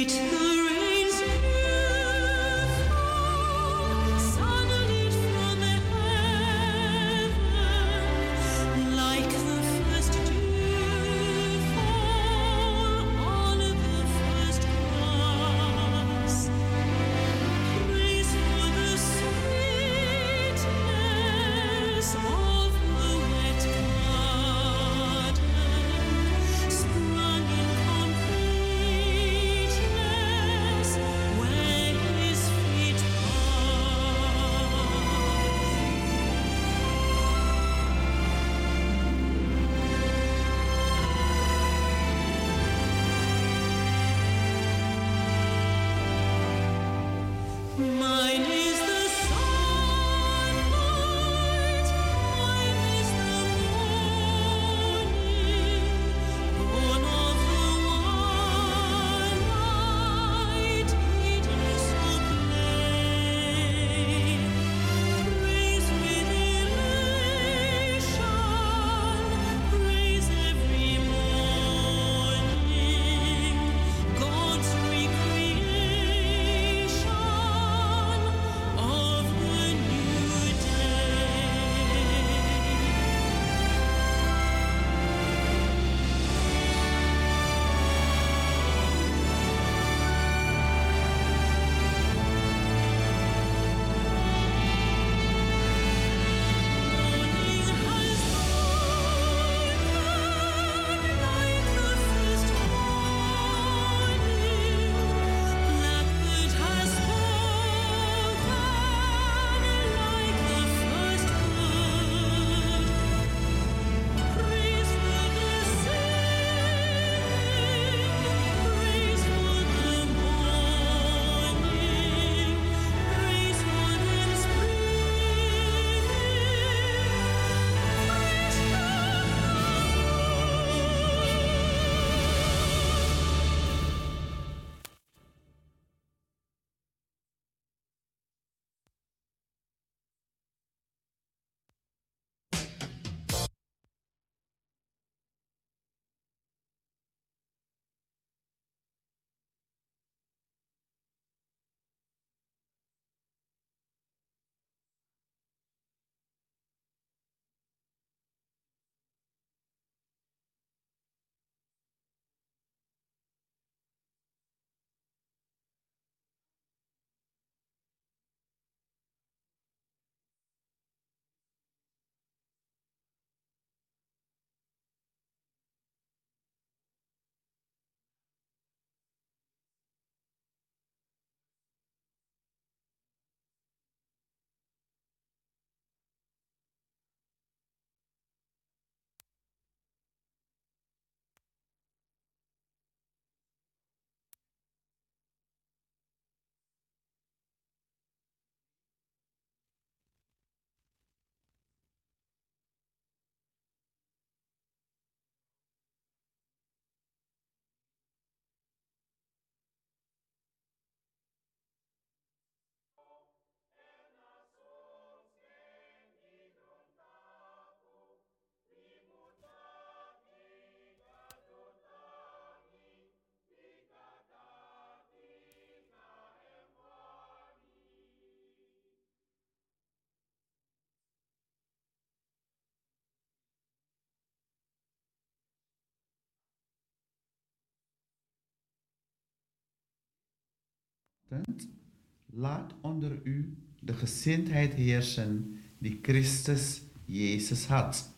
Laat onder u de gezindheid heersen die Christus Jezus had.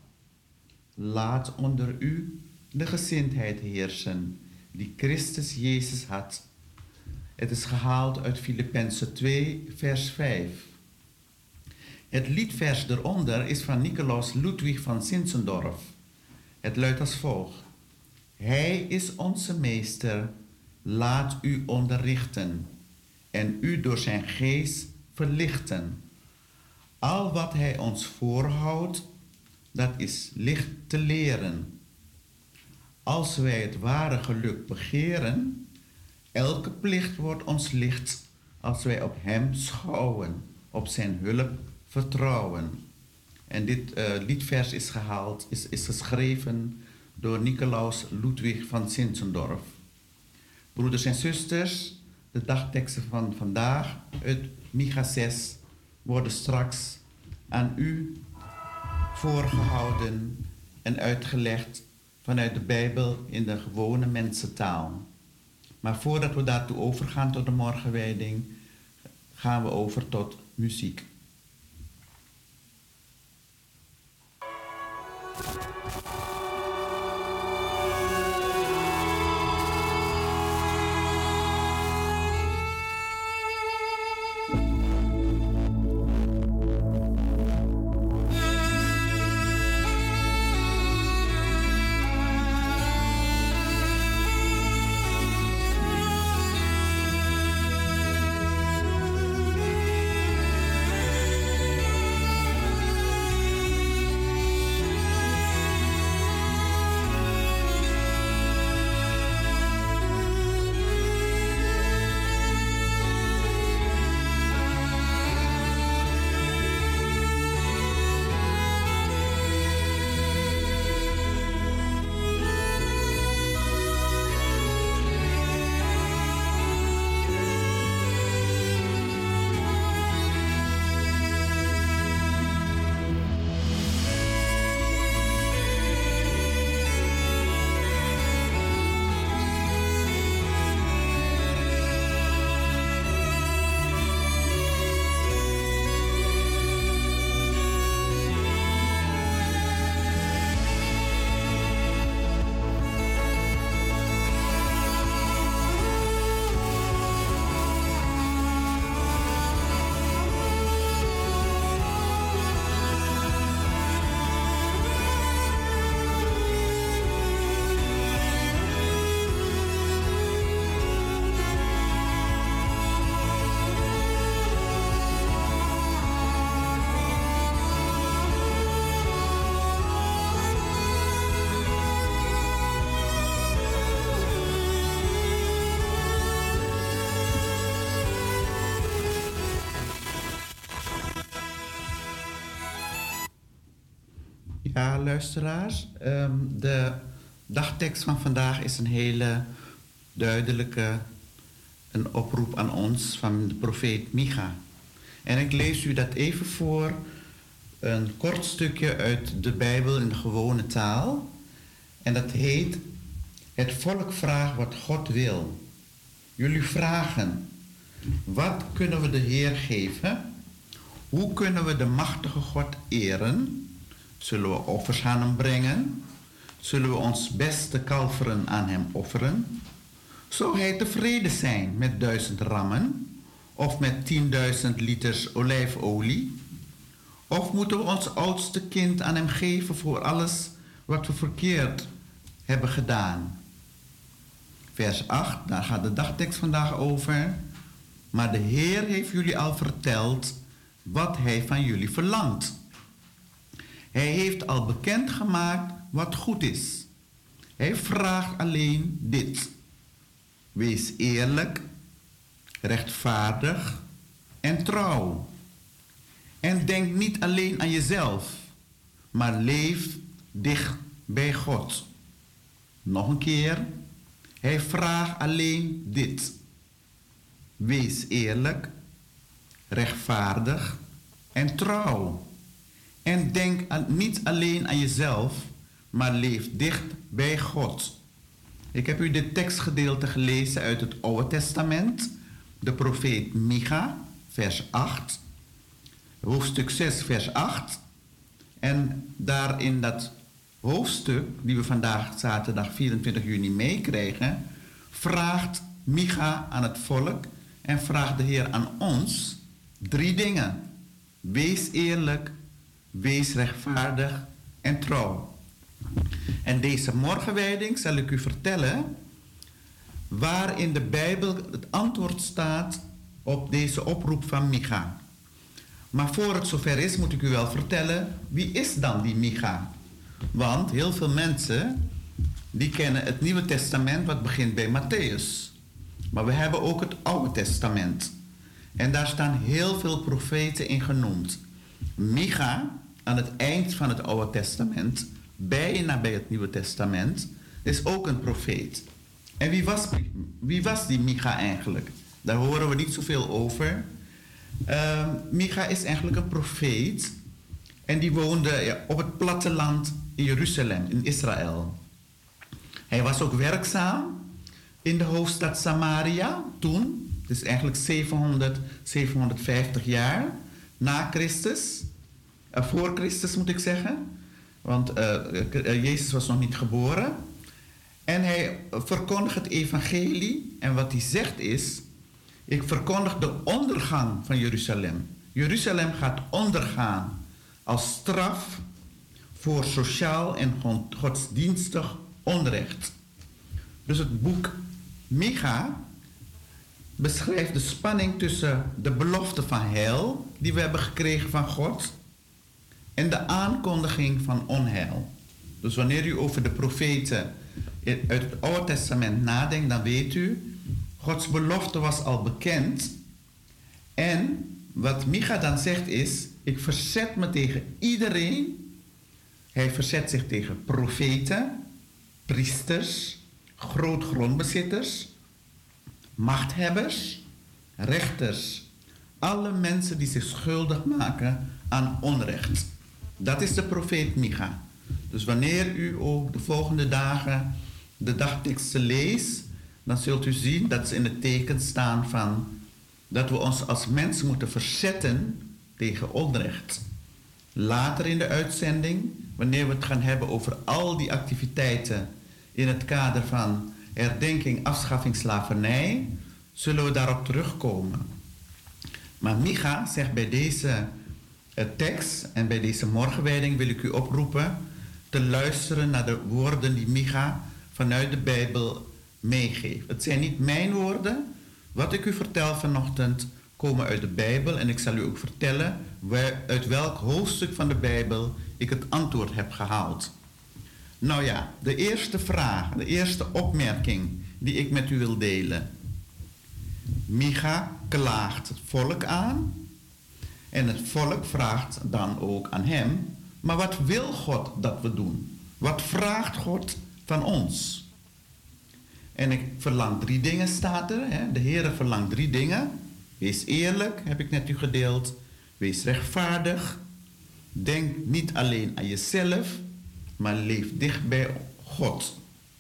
Laat onder u de gezindheid heersen die Christus Jezus had. Het is gehaald uit Filippenzen 2, vers 5. Het liedvers eronder is van Nicolaas Ludwig van Zinzendorf. Het luidt als volgt. Hij is onze meester, laat u onderrichten en u door zijn geest verlichten. Al wat hij ons voorhoudt, dat is licht te leren. Als wij het ware geluk begeren, elke plicht wordt ons licht als wij op hem schouwen, op zijn hulp vertrouwen. En dit liedvers is gehaald, is geschreven door Nicolaas Ludwig van Zinzendorf. Broeders en zusters, de dagteksten van vandaag uit Micha 6 worden straks aan u voorgehouden en uitgelegd vanuit de Bijbel in de gewone mensentaal. Maar voordat we daartoe overgaan tot de morgenwijding, gaan we over tot muziek. Ja, luisteraars, de dagtekst van vandaag is een hele duidelijke een oproep aan ons van de profeet Micha. En ik lees u dat even voor, een kort stukje uit de Bijbel in de gewone taal. En dat heet: Het volk vraagt wat God wil. Jullie vragen: wat kunnen we de Heer geven? Hoe kunnen we de machtige God eren? Zullen we offers aan hem brengen? Zullen we ons beste kalveren aan hem offeren? Zou hij tevreden zijn met 1000 rammen? Of met 10.000 liters olijfolie? Of moeten we ons oudste kind aan hem geven voor alles wat we verkeerd hebben gedaan? Vers 8, daar gaat de dagtekst vandaag over. Maar de Heer heeft jullie al verteld wat hij van jullie verlangt. Hij heeft al bekendgemaakt wat goed is. Hij vraagt alleen dit: wees eerlijk, rechtvaardig en trouw. En denk niet alleen aan jezelf, maar leef dicht bij God. Nog een keer. Hij vraagt alleen dit: wees eerlijk, rechtvaardig en trouw. En denk niet alleen aan jezelf, maar leef dicht bij God. Ik heb u dit tekstgedeelte gelezen uit het Oude Testament, de profeet Micha, vers 8, hoofdstuk 6, vers 8. En daar in dat hoofdstuk, die we vandaag zaterdag 24 juni meekrijgen, vraagt Micha aan het volk en vraagt de Heer aan ons 3 dingen. Wees eerlijk, wees rechtvaardig en trouw. En deze morgenwijding zal ik u vertellen waar in de Bijbel het antwoord staat op deze oproep van Micha. Maar voor het zover is, moet ik u wel vertellen, wie is dan die Micha? Want heel veel mensen die kennen het Nieuwe Testament wat begint bij Mattheüs. Maar we hebben ook het Oude Testament. En daar staan heel veel profeten in genoemd. Micha, aan het eind van het Oude Testament, bijna bij het Nieuwe Testament, is ook een profeet. En wie was die Micha eigenlijk? Daar horen we niet zoveel over. Micha is eigenlijk een profeet. En die woonde op het platteland in Jeruzalem, in Israël. Hij was ook werkzaam in de hoofdstad Samaria toen. Dus eigenlijk 750 jaar na Christus. Voor Christus moet ik zeggen. Want Jezus was nog niet geboren. En hij verkondigt het evangelie. En wat hij zegt is: ik verkondig de ondergang van Jeruzalem. Jeruzalem gaat ondergaan als straf voor sociaal en godsdienstig onrecht. Dus het boek Micha beschrijft de spanning tussen de belofte van heil die we hebben gekregen van God en de aankondiging van onheil. Dus wanneer u over de profeten uit het Oude Testament nadenkt, dan weet u, Gods belofte was al bekend. En wat Micha dan zegt is: ik verzet me tegen iedereen. Hij verzet zich tegen profeten, priesters, grootgrondbezitters, machthebbers, rechters. Alle mensen die zich schuldig maken aan onrecht. Dat is de profeet Micha. Dus wanneer u ook de volgende dagen de dagteksten leest, dan zult u zien dat ze in het teken staan van dat we ons als mensen moeten verzetten tegen onrecht. Later in de uitzending, wanneer we het gaan hebben over al die activiteiten in het kader van herdenking, afschaffing, slavernij, zullen we daarop terugkomen. Maar Micha zegt bij deze tekst en bij deze morgenwijding wil ik u oproepen te luisteren naar de woorden die Micha vanuit de Bijbel meegeeft. Het zijn niet mijn woorden. Wat ik u vertel vanochtend komen uit de Bijbel en ik zal u ook vertellen uit welk hoofdstuk van de Bijbel ik het antwoord heb gehaald. Nou ja, de eerste vraag, de eerste opmerking die ik met u wil delen. Micha klaagt het volk aan en het volk vraagt dan ook aan hem: maar wat wil God dat we doen? Wat vraagt God van ons? En ik verlang 3 dingen, staat er. Hè? De Heere verlangt 3 dingen. Wees eerlijk, heb ik net u gedeeld. Wees rechtvaardig. Denk niet alleen aan jezelf, maar leef dicht bij God.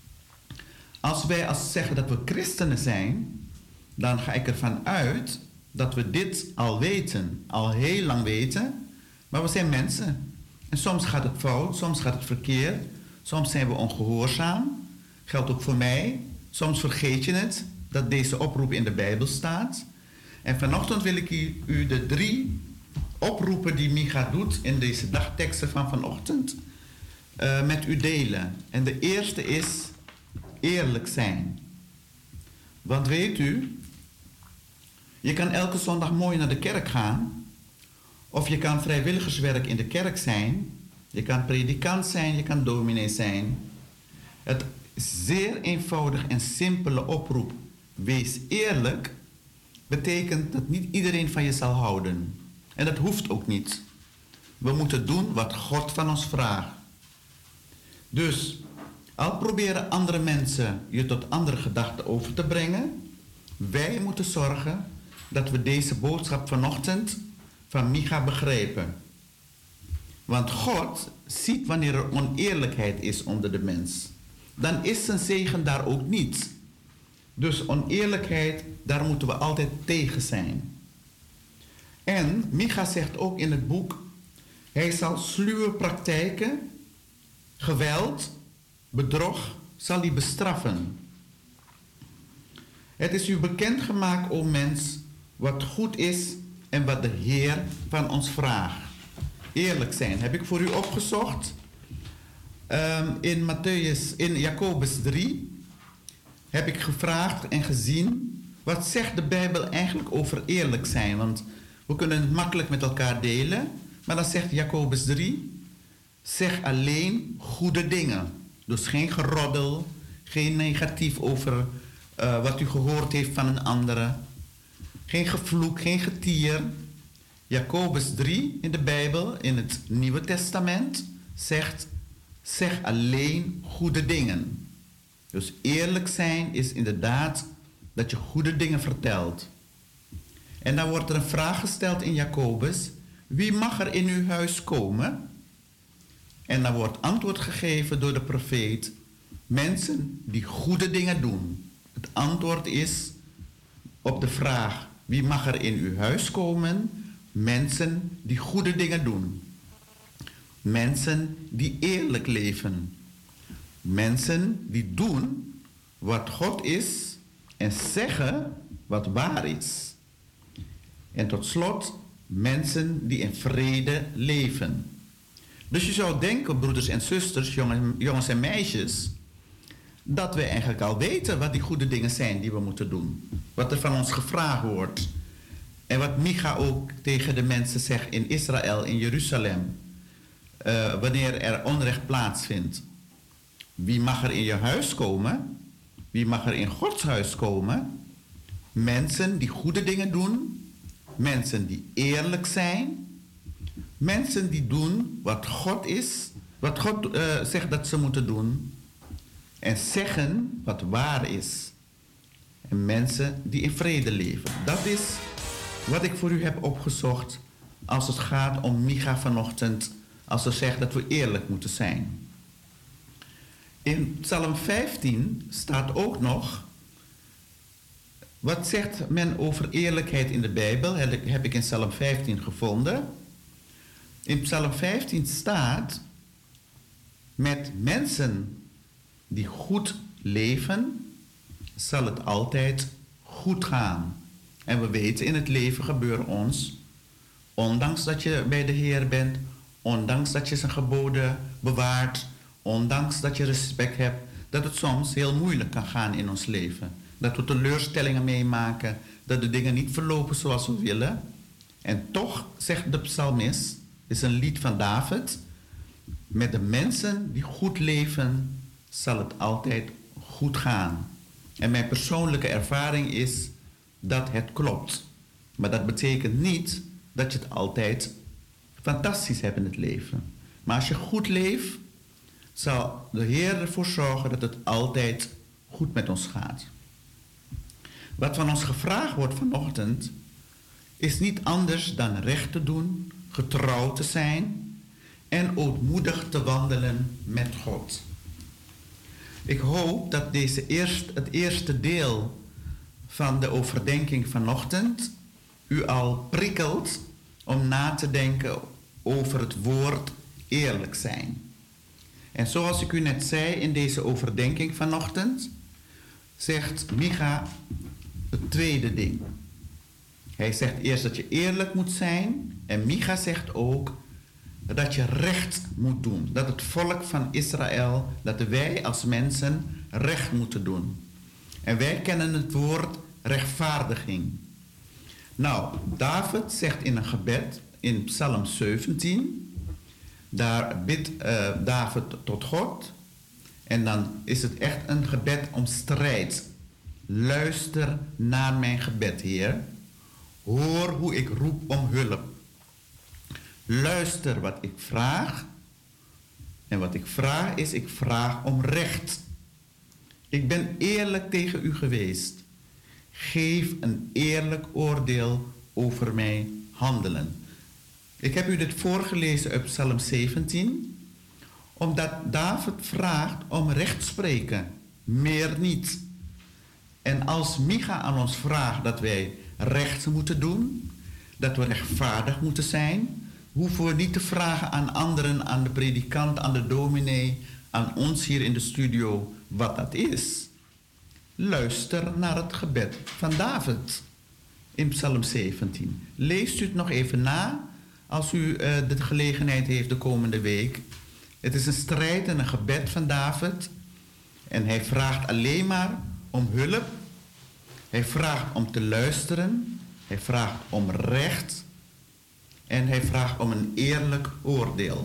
Als wij zeggen dat we christenen zijn, dan ga ik ervan uit dat we dit al weten, al heel lang weten. Maar we zijn mensen. En soms gaat het fout, soms gaat het verkeerd. Soms zijn we ongehoorzaam. Geldt ook voor mij. Soms vergeet je het, dat deze oproep in de Bijbel staat. En vanochtend wil ik u de 3 oproepen die Micha doet in deze dagteksten van vanochtend met u delen. En de eerste is eerlijk zijn. Want weet u, je kan elke zondag mooi naar de kerk gaan. Of je kan vrijwilligerswerk in de kerk zijn. Je kan predikant zijn, je kan dominee zijn. Het zeer eenvoudig en simpele oproep, wees eerlijk, betekent dat niet iedereen van je zal houden. En dat hoeft ook niet. We moeten doen wat God van ons vraagt. Dus, al proberen andere mensen je tot andere gedachten over te brengen, wij moeten zorgen dat we deze boodschap vanochtend van Micha begrijpen. Want God ziet wanneer er oneerlijkheid is onder de mens. Dan is zijn zegen daar ook niet. Dus oneerlijkheid, daar moeten we altijd tegen zijn. En Micha zegt ook in het boek, hij zal sluwe praktijken, geweld, bedrog, zal hij bestraffen. Het is u bekendgemaakt, o mens, wat goed is en wat de Heer van ons vraagt. Eerlijk zijn, heb ik voor u opgezocht. In Jacobus 3 heb ik gevraagd en gezien, wat zegt de Bijbel eigenlijk over eerlijk zijn? Want we kunnen het makkelijk met elkaar delen, maar dan zegt Jacobus 3, zeg alleen goede dingen. Dus geen geroddel, geen negatief over wat u gehoord heeft van een andere. Geen gevloek, geen getier. Jacobus 3 in de Bijbel, in het Nieuwe Testament, zegt, zeg alleen goede dingen. Dus eerlijk zijn is inderdaad dat je goede dingen vertelt. En dan wordt er een vraag gesteld in Jacobus: wie mag er in uw huis komen? En dan wordt antwoord gegeven door de profeet: mensen die goede dingen doen. Het antwoord is op de vraag: wie mag er in uw huis komen? Mensen die goede dingen doen. Mensen die eerlijk leven. Mensen die doen wat God is en zeggen wat waar is. En tot slot, mensen die in vrede leven. Dus je zou denken, broeders en zusters, jongens en meisjes, dat we eigenlijk al weten wat die goede dingen zijn die we moeten doen. Wat er van ons gevraagd wordt. En wat Micha ook tegen de mensen zegt in Israël, in Jeruzalem. Wanneer er onrecht plaatsvindt. Wie mag er in je huis komen? Wie mag er in Gods huis komen? Mensen die goede dingen doen. Mensen die eerlijk zijn. Mensen die doen wat God is. Wat God zegt dat ze moeten doen. En zeggen wat waar is. En mensen die in vrede leven. Dat is wat ik voor u heb opgezocht als het gaat om Micha vanochtend. Als ze zegt dat we eerlijk moeten zijn. In Psalm 15 staat ook nog. Wat zegt men over eerlijkheid in de Bijbel? Heb ik in Psalm 15 gevonden. In Psalm 15 staat: met mensen die goed leven, zal het altijd goed gaan. En we weten, in het leven gebeuren ons, ondanks dat je bij de Heer bent, ondanks dat je zijn geboden bewaart, ondanks dat je respect hebt, dat het soms heel moeilijk kan gaan in ons leven. Dat we teleurstellingen meemaken, dat de dingen niet verlopen zoals we willen. En toch, zegt de psalmist, is een lied van David: met de mensen die goed leven, zal het altijd goed gaan. En mijn persoonlijke ervaring is dat het klopt. Maar dat betekent niet dat je het altijd fantastisch hebt in het leven. Maar als je goed leeft, zal de Heer ervoor zorgen dat het altijd goed met ons gaat. Wat van ons gevraagd wordt vanochtend is niet anders dan recht te doen, getrouw te zijn en ootmoedig te wandelen met God. Ik hoop dat het eerste deel van de overdenking vanochtend u al prikkelt om na te denken over het woord eerlijk zijn. En zoals ik u net zei in deze overdenking vanochtend, zegt Micha het tweede ding. Hij zegt eerst dat je eerlijk moet zijn. En Micha zegt ook dat je recht moet doen. Dat het volk van Israël, dat wij als mensen recht moeten doen. En wij kennen het woord rechtvaardiging. Nou, David zegt in een gebed in Psalm 17... daar bidt David tot God. En dan is het echt een gebed om strijd. Luister naar mijn gebed, Heer. Hoor hoe ik roep om hulp. Luister wat ik vraag. En wat ik vraag is, ik vraag om recht. Ik ben eerlijk tegen u geweest. Geef een eerlijk oordeel over mijn handelen. Ik heb u dit voorgelezen uit Psalm 17. Omdat David vraagt om rechtspreken. Meer niet. En als Micha aan ons vraagt dat wij recht moeten doen, dat we rechtvaardig moeten zijn, hoeven we niet te vragen aan anderen, aan de predikant, aan de dominee, aan ons hier in de studio wat dat is. Luister naar het gebed van David in Psalm 17. Leest u het nog even na als u de gelegenheid heeft de komende week. Het is een strijd en een gebed van David. En hij vraagt alleen maar om hulp. Hij vraagt om te luisteren. Hij vraagt om recht. En hij vraagt om een eerlijk oordeel.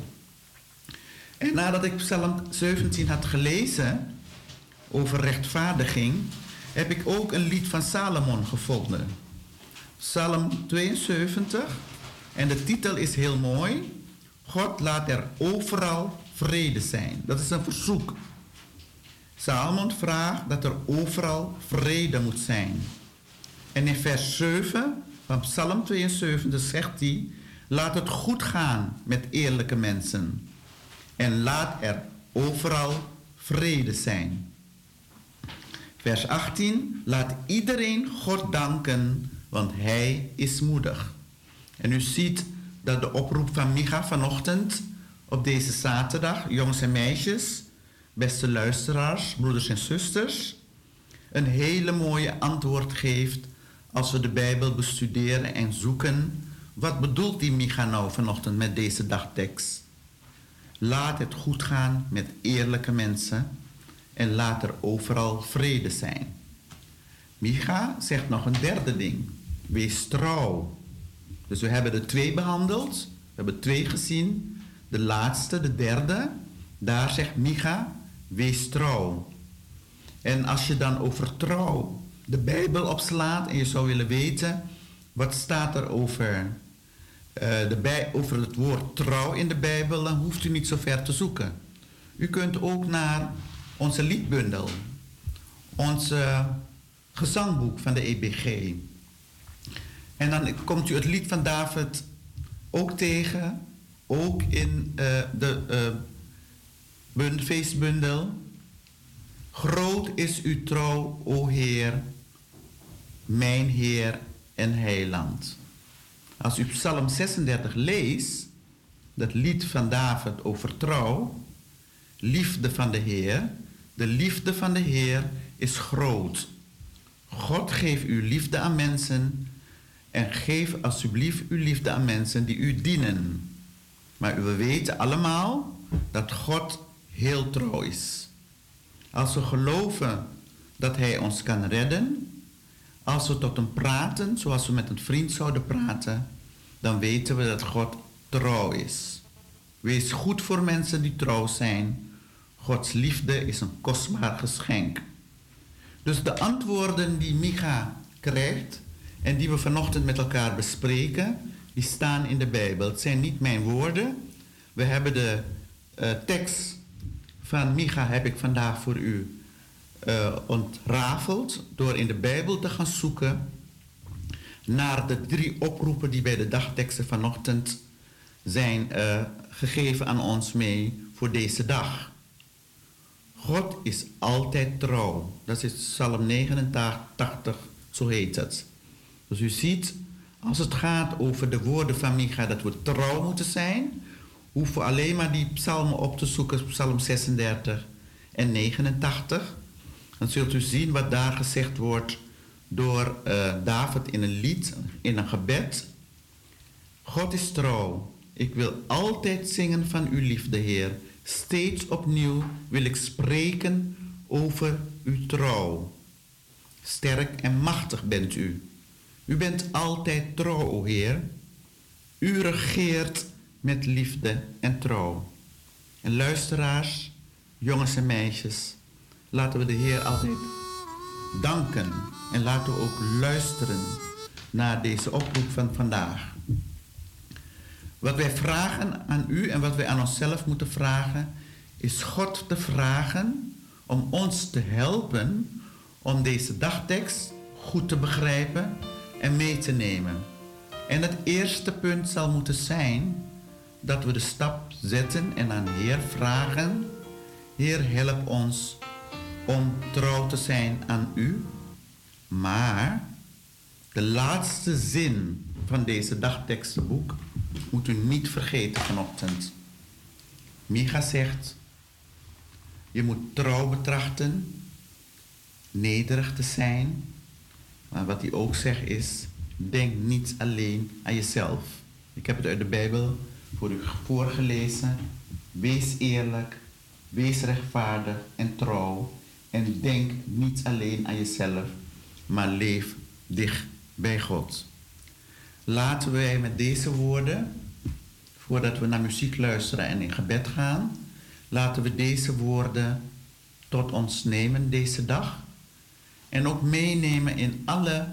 En nadat ik Psalm 17 had gelezen over rechtvaardiging, heb ik ook een lied van Salomon gevonden. Psalm 72. En de titel is heel mooi. God laat er overal vrede zijn. Dat is een verzoek. Salmon vraagt dat er overal vrede moet zijn. En in vers 7 van Psalm 72 zegt hij: laat het goed gaan met eerlijke mensen. En laat er overal vrede zijn. Vers 18: laat iedereen God danken, want Hij is moedig. En u ziet dat de oproep van Micha vanochtend op deze zaterdag, jongens en meisjes, beste luisteraars, broeders en zusters, een hele mooie antwoord geeft als we de Bijbel bestuderen en zoeken. Wat bedoelt die Micha nou vanochtend met deze dagtekst? Laat het goed gaan met eerlijke mensen en laat er overal vrede zijn. Micha zegt nog een derde ding. Wees trouw. Dus we hebben er 2 behandeld. We hebben 2 gezien. De laatste, de derde, daar zegt Micha: wees trouw. En als je dan over trouw de Bijbel opslaat en je zou willen weten wat staat er over het woord trouw in de Bijbel, dan hoeft u niet zo ver te zoeken. U kunt ook naar onze liedbundel, ons gezangboek van de EBG. En dan komt u het lied van David ook tegen, ook in de feestbundel. Groot is uw trouw, o Heer, mijn Heer en Heiland. Als u Psalm 36 leest, dat lied van David over trouw, liefde van de Heer, de liefde van de Heer is groot. God geeft uw liefde aan mensen en geef alsjeblieft uw liefde aan mensen die u dienen. Maar we weten allemaal dat God heel trouw is. Als we geloven dat Hij ons kan redden, als we tot hem praten zoals we met een vriend zouden praten, dan weten we dat God trouw is. Wees goed voor mensen die trouw zijn. Gods liefde is een kostbaar geschenk. Dus de antwoorden die Micha krijgt en die we vanochtend met elkaar bespreken, die staan in de Bijbel. Het zijn niet mijn woorden. We hebben de tekst van Micha heb ik vandaag voor u ontrafeld door in de Bijbel te gaan zoeken naar de 3 oproepen die bij de dagteksten vanochtend zijn gegeven aan ons mee voor deze dag. God is altijd trouw. Dat is Psalm 89, zo heet het. Dus u ziet, als het gaat over de woorden van Micha dat we trouw moeten zijn, hoeven we alleen maar die psalmen op te zoeken, Psalm 36 en 89. Dan zult u zien wat daar gezegd wordt door David in een lied, in een gebed. God is trouw. Ik wil altijd zingen van uw liefde, Heer. Steeds opnieuw wil ik spreken over uw trouw. Sterk en machtig bent u. U bent altijd trouw, o Heer. U regeert met liefde en trouw. En luisteraars, jongens en meisjes, laten we de Heer altijd danken. En laten we ook luisteren naar deze oproep van vandaag. Wat wij vragen aan u en wat wij aan onszelf moeten vragen, is God te vragen om ons te helpen om deze dagtekst goed te begrijpen en mee te nemen. En het eerste punt zal moeten zijn dat we de stap zetten en aan de Heer vragen: Heer, help ons om trouw te zijn aan u. Maar de laatste zin van deze dagtekstenboek moet u niet vergeten vanochtend. Micha zegt: je moet trouw betrachten, nederig te zijn. Maar wat hij ook zegt is: denk niet alleen aan jezelf. Ik heb het uit de Bijbel voor u voorgelezen. Wees eerlijk, wees rechtvaardig en trouw. En denk niet alleen aan jezelf, maar leef dicht bij God. Laten wij met deze woorden, voordat we naar muziek luisteren en in gebed gaan, laten we deze woorden tot ons nemen deze dag. En ook meenemen in alle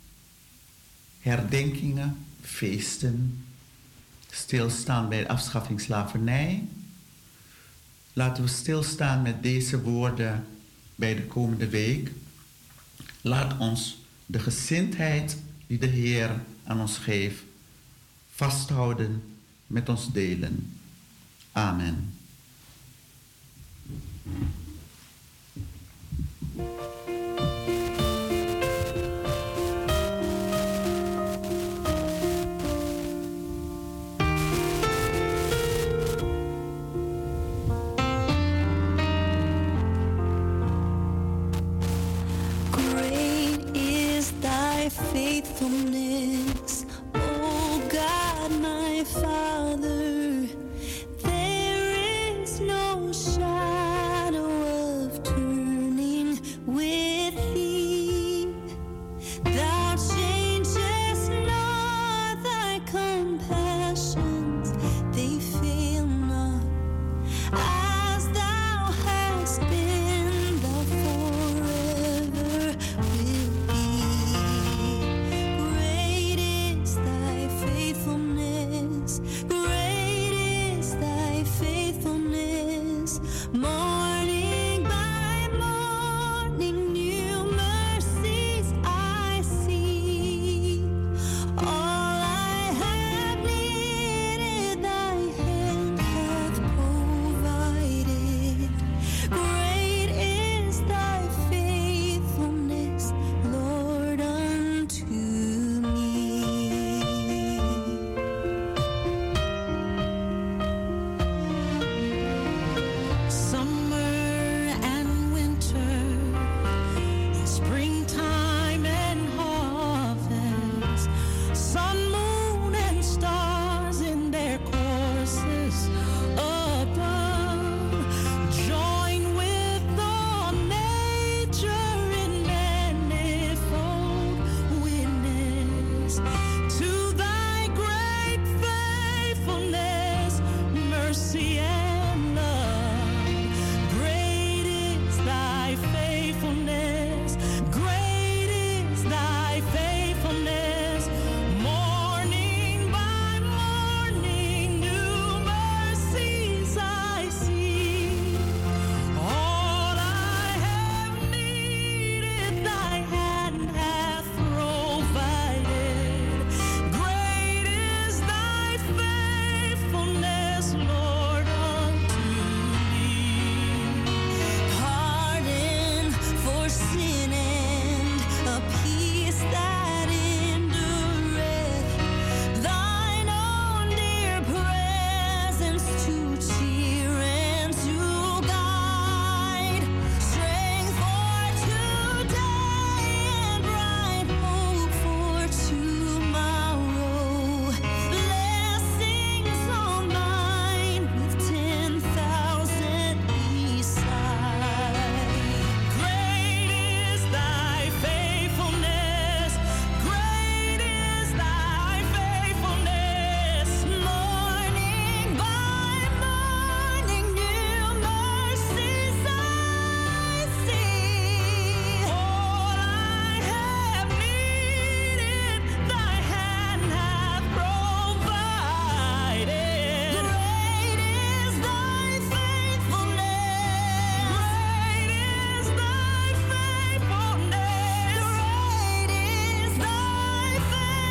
herdenkingen, feesten, stilstaan bij de afschaffing slavernij. Laten we stilstaan met deze woorden bij de komende week. Laat ons de gezindheid die de Heer aan ons geeft vasthouden, met ons delen. Amen. Faithfulness, oh God, my Father, there is no shadow of turning with thee. Thou changest not, thy compassions, they fail not. As thou hast been, thou forever will be. Great is thy faithfulness, great is thy faithfulness. Morning by morning, new mercies I see. All I have needed, thy hand hath provided. Great is thy faithfulness, Lord, unto me. Summer and winter, springtime and harvest, sun, moon, and stars in their courses above, join with all nature in manifold witness to thy great faithfulness, mercy and love. Great is thy faithfulness, great is thy faithfulness. Morning by morning, new mercies I see. All I have needed, thy hand hath provided. Great is thy faithfulness, Lord, unto me. Pardon for sin and a peace that endureth. Thine own dear presence to cheer and to guide. Strength for today and bright hope for tomorrow. Blessings all mine with 10,000 beside. Great is thy faithfulness, great is thy faithfulness. Morning by morning, new mercies I see. All I have needed, thy hand hath provided. Great is thy faithfulness, great is thy faithfulness, great is thy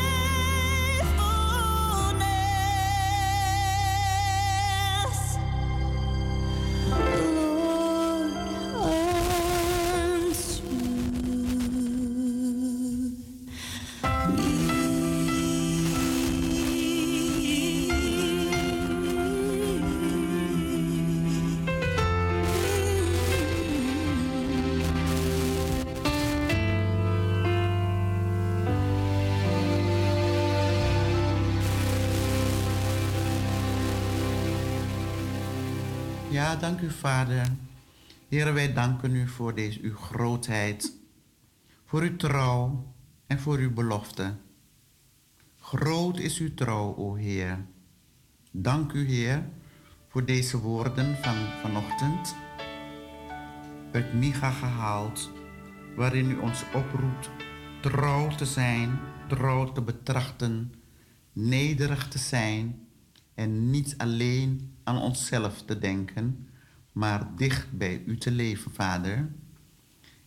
Ja, dank u, Vader. Heer, wij danken u voor deze uw grootheid, voor uw trouw en voor uw belofte. Groot is uw trouw, o Heer. Dank u, Heer, voor deze woorden van vanochtend uit Micha gehaald, waarin u ons oproept trouw te zijn, trouw te betrachten, nederig te zijn en niet alleen aan onszelf te denken, maar dicht bij u te leven, Vader.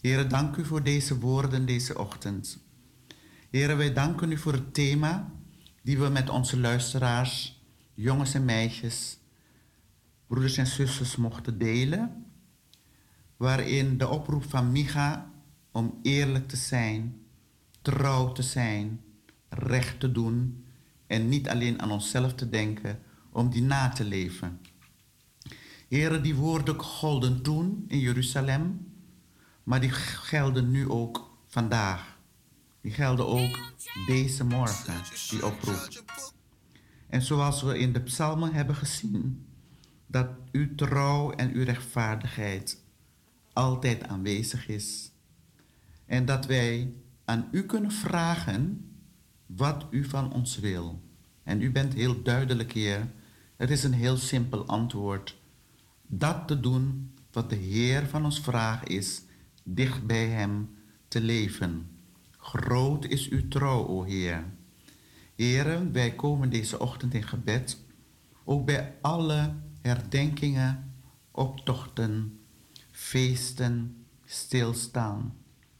Heere, dank u voor deze woorden deze ochtend. Heere, wij danken u voor het thema die we met onze luisteraars, jongens en meisjes, broeders en zusters mochten delen, waarin de oproep van Micha om eerlijk te zijn, trouw te zijn, recht te doen en niet alleen aan onszelf te denken, om die na te leven. Heere, die woorden golden toen in Jeruzalem, maar die gelden nu ook vandaag. Die gelden ook deze morgen, die oproep. En zoals we in de psalmen hebben gezien, dat uw trouw en uw rechtvaardigheid altijd aanwezig is. En dat wij aan u kunnen vragen wat u van ons wil. En u bent heel duidelijk, Heer. Het is een heel simpel antwoord. Dat te doen wat de Heer van ons vraagt is, dicht bij hem te leven. Groot is uw trouw, o Heer. Heren, wij komen deze ochtend in gebed, ook bij alle herdenkingen, optochten, feesten, stilstaan,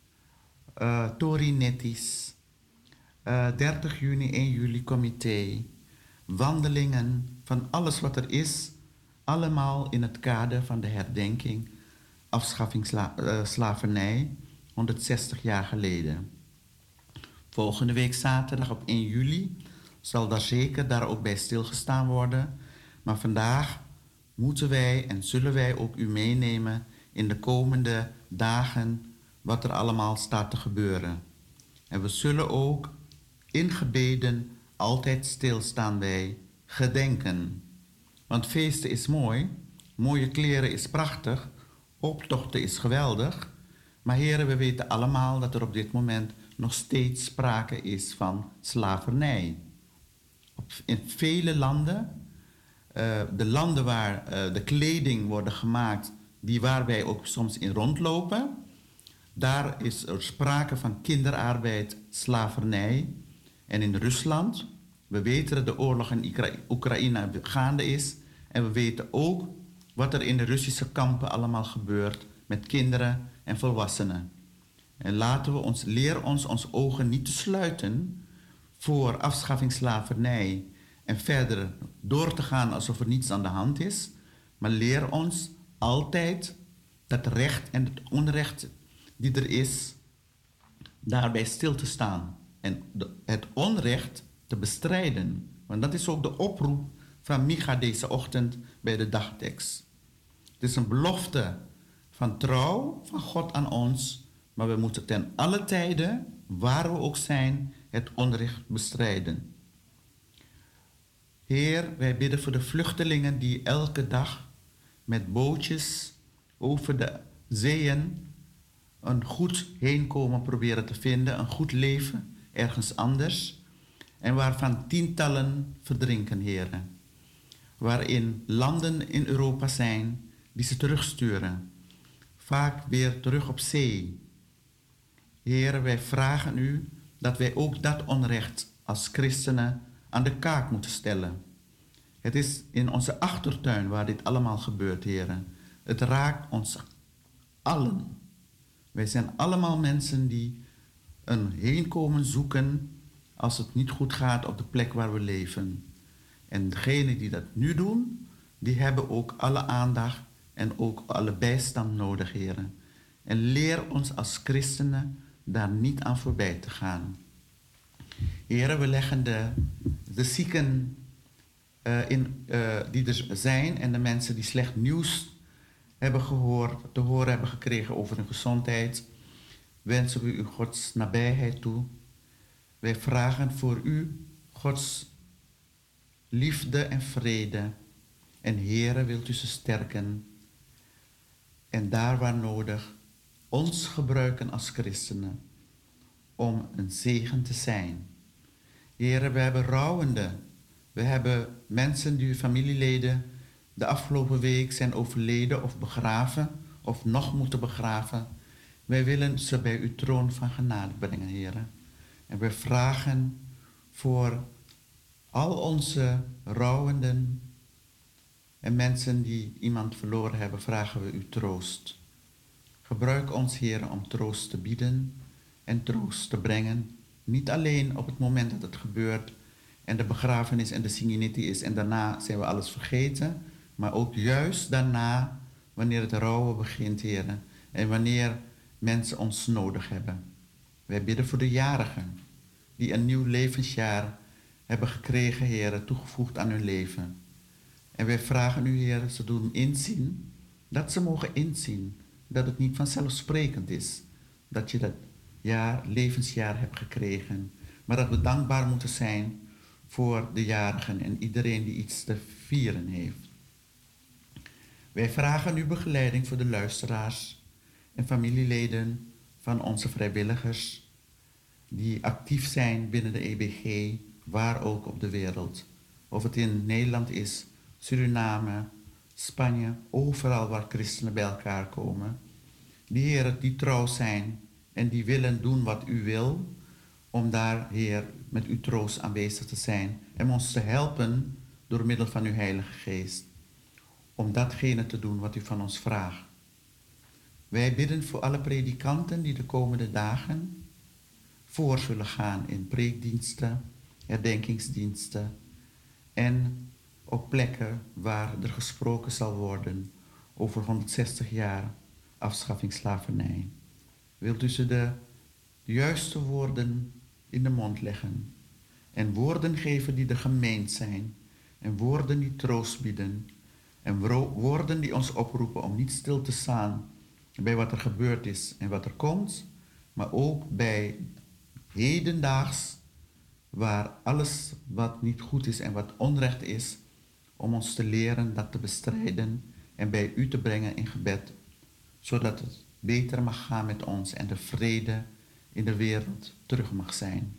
Torinettis, 30 juni, 1 juli comité, wandelingen van alles wat er is, allemaal in het kader van de herdenking afschaffing slavernij 160 jaar geleden. Volgende week zaterdag op 1 juli zal daar zeker daar ook bij stilgestaan worden. Maar vandaag moeten wij en zullen wij ook u meenemen in de komende dagen wat er allemaal staat te gebeuren. En we zullen ook in gebeden altijd stilstaan bij gedenken. Want feesten is mooi, mooie kleren is prachtig, optochten is geweldig. Maar heren, we weten allemaal dat er op dit moment nog steeds sprake is van slavernij. In vele landen, de landen waar de kleding wordt gemaakt, die waar wij ook soms in rondlopen, daar is er sprake van kinderarbeid, slavernij. En in Rusland, we weten dat de oorlog in Oekraïne gaande is. En we weten ook wat er in de Russische kampen allemaal gebeurt met kinderen en volwassenen. En leer ons ogen niet te sluiten voor afschaffing slavernij en verder door te gaan alsof er niets aan de hand is. Maar leer ons altijd dat recht en het onrecht die er is, daarbij stil te staan. En het onrecht te bestrijden. Want dat is ook de oproep van Micha deze ochtend bij de dagtekst. Het is een belofte van trouw van God aan ons, maar we moeten ten alle tijden, waar we ook zijn, het onrecht bestrijden. Heer, wij bidden voor de vluchtelingen die elke dag met bootjes over de zeeën een goed heenkomen proberen te vinden, een goed leven ergens anders, en waarvan tientallen verdrinken, heren. Waarin landen in Europa zijn die ze terugsturen, vaak weer terug op zee. Heren, wij vragen u dat wij ook dat onrecht als christenen aan de kaak moeten stellen. Het is in onze achtertuin waar dit allemaal gebeurt, heren. Het raakt ons allen. Wij zijn allemaal mensen die een heenkomen zoeken als het niet goed gaat op de plek waar we leven. En degenen die dat nu doen, die hebben ook alle aandacht en ook alle bijstand nodig, heren. En leer ons als christenen daar niet aan voorbij te gaan. Heren, we leggen de zieken die er zijn en de mensen die slecht nieuws hebben te horen hebben gekregen over hun gezondheid, wensen we u Gods nabijheid toe. Wij vragen voor u Gods liefde en vrede. En Heere, wilt u ze sterken. En daar waar nodig, ons gebruiken als christenen om een zegen te zijn. Heere, we hebben rouwenden. We hebben mensen die familieleden de afgelopen week zijn overleden of begraven of nog moeten begraven. Wij willen ze bij uw troon van genade brengen, Heere. En we vragen voor al onze rouwenden en mensen die iemand verloren hebben, vragen we uw troost. Gebruik ons, Heer, om troost te bieden en troost te brengen. Niet alleen op het moment dat het gebeurt en de begrafenis en de Signity is en daarna zijn we alles vergeten, maar ook juist daarna, wanneer het rouwen begint, Heer, en wanneer mensen ons nodig hebben. Wij bidden voor de jarigen die een nieuw levensjaar hebben gekregen, Heer, toegevoegd aan hun leven. En wij vragen u, Heer, ze doen inzien, dat ze mogen inzien dat het niet vanzelfsprekend is dat je dat levensjaar hebt gekregen, maar dat we dankbaar moeten zijn voor de jarigen en iedereen die iets te vieren heeft. Wij vragen uw begeleiding voor de luisteraars en familieleden van onze vrijwilligers die actief zijn binnen de EBG, waar ook op de wereld. Of het in Nederland is, Suriname, Spanje, overal waar christenen bij elkaar komen. Die heren die trouw zijn en die willen doen wat u wil, om daar, Heer, met uw troost aanwezig te zijn en ons te helpen door middel van uw Heilige Geest, om datgene te doen wat u van ons vraagt. Wij bidden voor alle predikanten die de komende dagen voor zullen gaan in preekdiensten, herdenkingsdiensten en op plekken waar er gesproken zal worden over 160 jaar afschaffing slavernij. Wilt u ze de juiste woorden in de mond leggen en woorden geven die er gemeend zijn en woorden die troost bieden en woorden die ons oproepen om niet stil te staan bij wat er gebeurd is en wat er komt, maar ook bij hedendaags waar alles wat niet goed is en wat onrecht is, om ons te leren dat te bestrijden en bij u te brengen in gebed, zodat het beter mag gaan met ons en de vrede in de wereld terug mag zijn.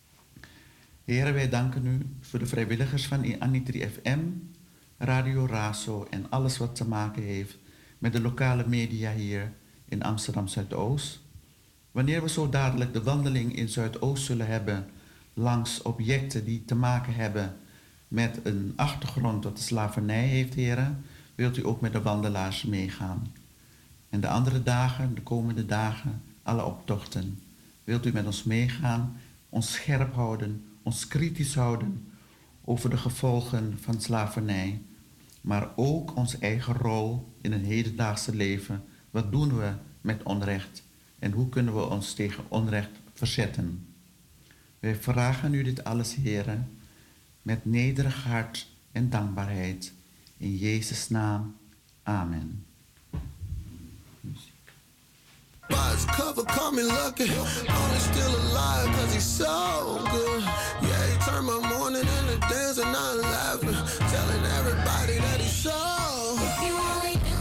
Heren, wij danken u voor de vrijwilligers van Anitri FM, Radio Razo en alles wat te maken heeft met de lokale media hier in Amsterdam Zuidoost. Wanneer we zo dadelijk de wandeling in Zuidoost zullen hebben langs objecten die te maken hebben met een achtergrond dat de slavernij heeft, heren, wilt u ook met de wandelaars meegaan. En de andere dagen, de komende dagen, alle optochten, wilt u met ons meegaan, ons scherp houden, ons kritisch houden over de gevolgen van slavernij, maar ook onze eigen rol in een hedendaagse leven. Wat doen we met onrecht en hoe kunnen we ons tegen onrecht verzetten? Wij vragen u dit alles, heren, met nederig hart en dankbaarheid. In Jezus' naam. Amen. By his cover, call me lucky. Only still alive cause he's so good. Yeah, he turned my morning into dancing, not laughing. Telling everybody that he's so. If you only knew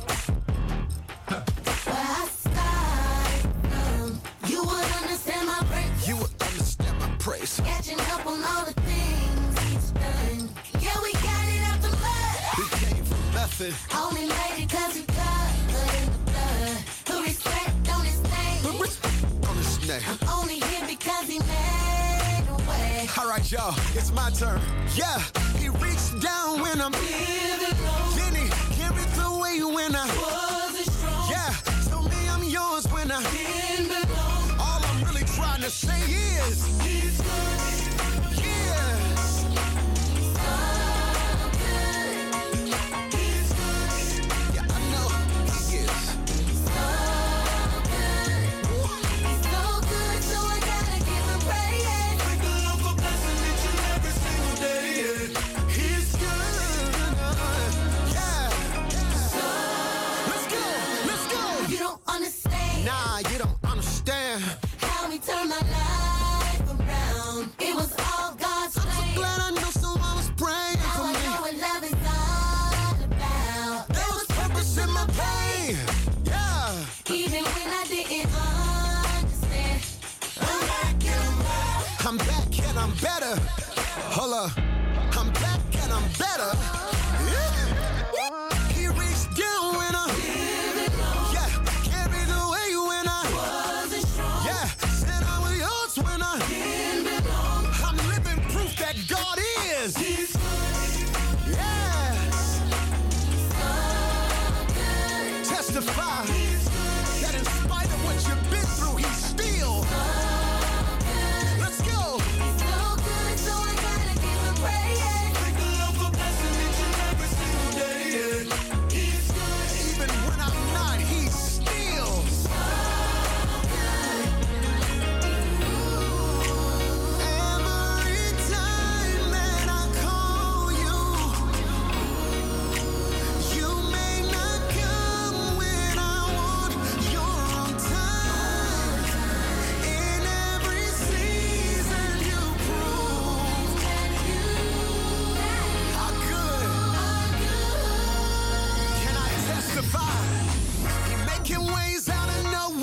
where I started from, you would understand my praise. You would understand my praise. Catching up on all the things he's done. Yeah, we got it out the mud. We came from nothing. Only made it cause we covered in the blood. Put respect on his name. Put respect on his name. I'm only here because he made a way. Alright, y'all, it's my turn. Yeah, he reached down when I'm Living low, then he carried the way when I wasn't strong, yeah, told me I'm yours when I didn't belong. all I'm really trying to say is He's good, yeah. so good. He's good, Yeah, I know he is. so good. He's so good, so I gotta give him praise. Thank the Lord for blessing each and every single day. He's good. Yeah. Let's go. Let's go. You don't understand Nah, you don't understand. how he turned my life around. It was all God's plan. Glad I know someone was praying Now for I me. know what love is all about. There was purpose in my pain. Yeah. Even when I didn't understand. I'm back and I'm better. I'm back and I'm better. Hold up. I'm back and I'm better. Yeah. He reached down when I yeah, carried away when I Wasn't strong, yeah, said I was yours when I didn't belong. I'm living proof that God is. He's good, Yeah. so good. Testify. He's good,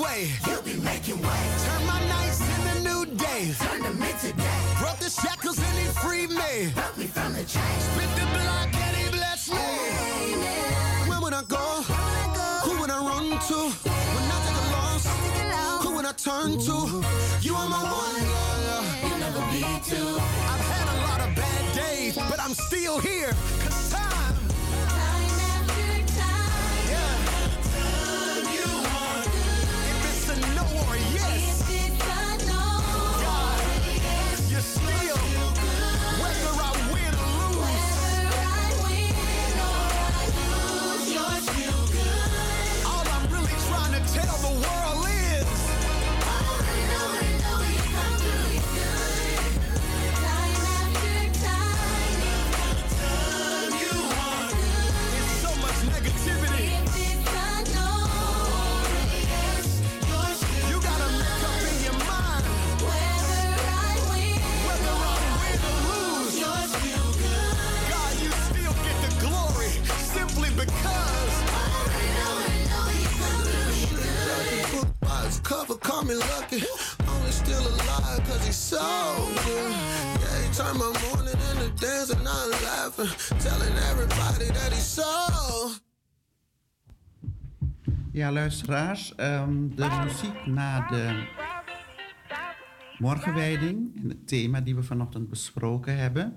way. You'll be making way. Turn my nights into new days. Turn them into days. Broke the shackles and he freed me. Broke me from the chains. Spit the block and he blessed me. Where would I go? Who would I run to? When I take a loss, who would I turn to? You are my one, yeah. You'll never be two. I've had a lot of bad days, but I'm still here. 'Cause time after time. Yeah. Time you want. If it's a no or a yes, If it's a no, God, you're still. Whether I win or lose, whether I win or I lose, you're still good. all I'm really trying to tell the world is Over and over and over you come through, you're good. Time after time. time you want. There's so much negativity. If it's a no, yes, you're still You gotta make up in your mind whether I win whether I win or lose. you're still good. God, you still get the glory simply because. Over and over and over you come through, you're good. Book by his cover, call me lucky. Only still alive cause he's so good. Yeah, he turned my morning into dancing, not laughing. Telling everybody that he's so. Ja, luisteraars, de muziek na de morgenwijding en het thema die we vanochtend besproken hebben,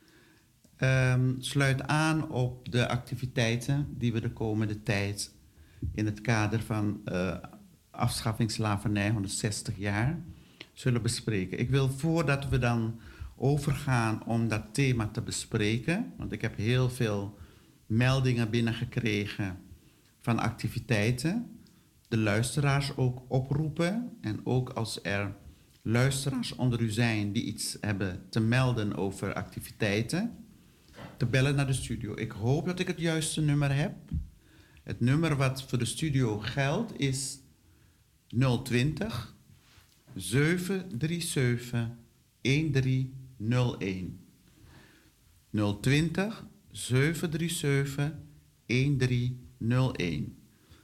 sluit aan op de activiteiten die we de komende tijd in het kader van afschaffing slavernij 160 jaar zullen bespreken. Ik wil voordat we dan overgaan om dat thema te bespreken, want ik heb heel veel meldingen binnengekregen van activiteiten, de luisteraars ook oproepen en ook als er luisteraars onder u zijn die iets hebben te melden over activiteiten, te bellen naar de studio. Ik hoop dat ik het juiste nummer heb. Het nummer wat voor de studio geldt is 020 737 1301. 020 737 1301.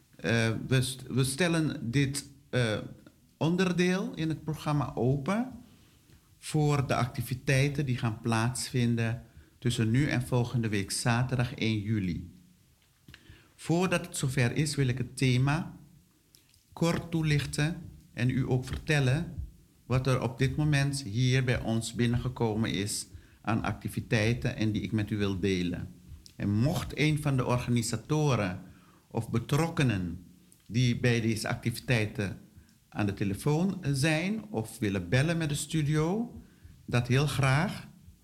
We stellen dit onderdeel in het programma open voor de activiteiten die gaan plaatsvinden tussen nu en volgende week zaterdag 1 juli. Voordat het zover is, wil ik het thema kort toelichten en u ook vertellen wat er op dit moment hier bij ons binnengekomen is aan activiteiten en die ik met u wil delen. En mocht een van de organisatoren of betrokkenen die bij deze activiteiten aan de telefoon zijn of willen bellen met de studio, dat heel graag.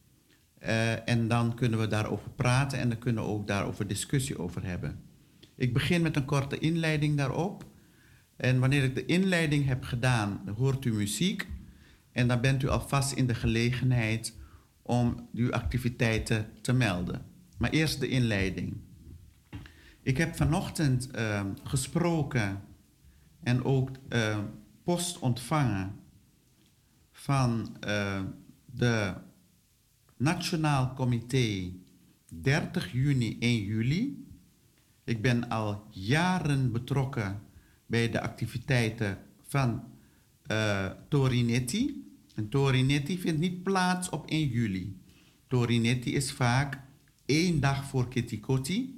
En dan kunnen we daarover praten en dan kunnen we ook daarover discussie over hebben. Ik begin met een korte inleiding daarop. En wanneer ik de inleiding heb gedaan, dan hoort u muziek. En dan bent u alvast in de gelegenheid om uw activiteiten te melden. Maar eerst de inleiding. Ik heb vanochtend gesproken en ook post ontvangen van de Nationaal Comité 30 juni 1 juli. Ik ben al jaren betrokken bij de activiteiten van Torinetti. En Torinetti vindt niet plaats op 1 juli. Torinetti is vaak 1 dag voor Kitty Kotti.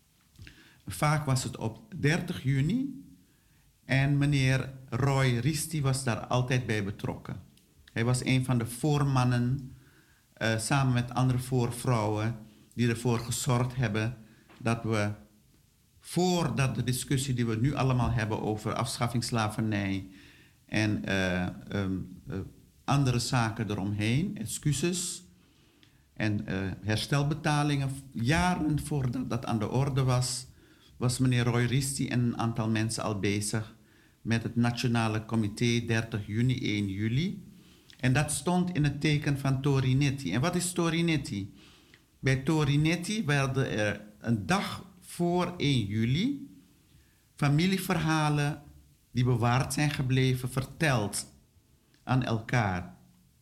Vaak was het op 30 juni. En meneer Roy Risti was daar altijd bij betrokken. Hij was een van de voormannen, samen met andere voorvrouwen, die ervoor gezorgd hebben dat we, voordat de discussie die we nu allemaal hebben over afschaffing slavernij en andere zaken eromheen, excuses en herstelbetalingen, jaren voordat dat aan de orde was meneer Roy Risti en een aantal mensen al bezig met het Nationale Comité 30 juni 1 juli. En dat stond in het teken van Torinetti. En wat is Torinetti? Bij Torinetti werden er een dag voor 1 juli familieverhalen die bewaard zijn gebleven verteld aan elkaar.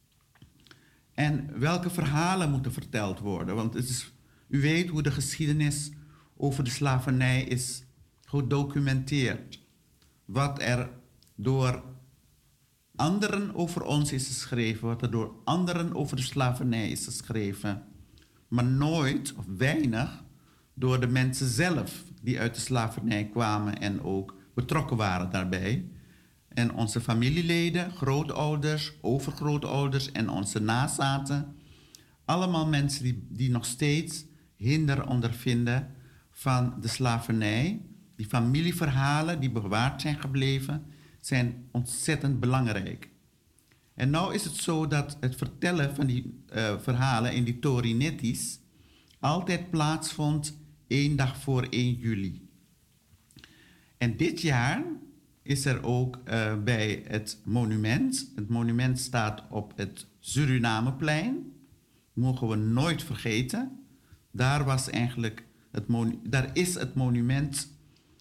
En welke verhalen moeten verteld worden? Want het is, u weet hoe de geschiedenis over de slavernij is gedocumenteerd. Wat er door anderen over ons is geschreven, wat er door anderen over de slavernij is geschreven, maar nooit of weinig door de mensen zelf die uit de slavernij kwamen en ook betrokken waren daarbij. En onze familieleden, grootouders, overgrootouders en onze nazaten, allemaal mensen die nog steeds hinder ondervinden van de slavernij. Die familieverhalen die bewaard zijn gebleven, zijn ontzettend belangrijk. En nou is het zo dat het vertellen van die verhalen in die Torinetties altijd plaatsvond 1 dag voor 1 juli. En dit jaar is er ook bij het monument. Het monument staat op het Surinameplein. Mogen we nooit vergeten. Daar is het monument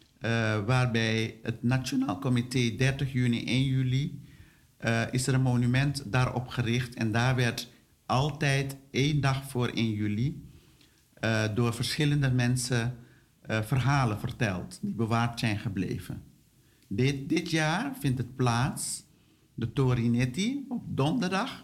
waarbij het Nationaal Comité 30 juni 1 juli is er een monument daarop gericht. En daar werd altijd 1 dag voor 1 juli door verschillende mensen verhalen verteld die bewaard zijn gebleven. Dit jaar vindt het plaats, de Torinetti, op donderdag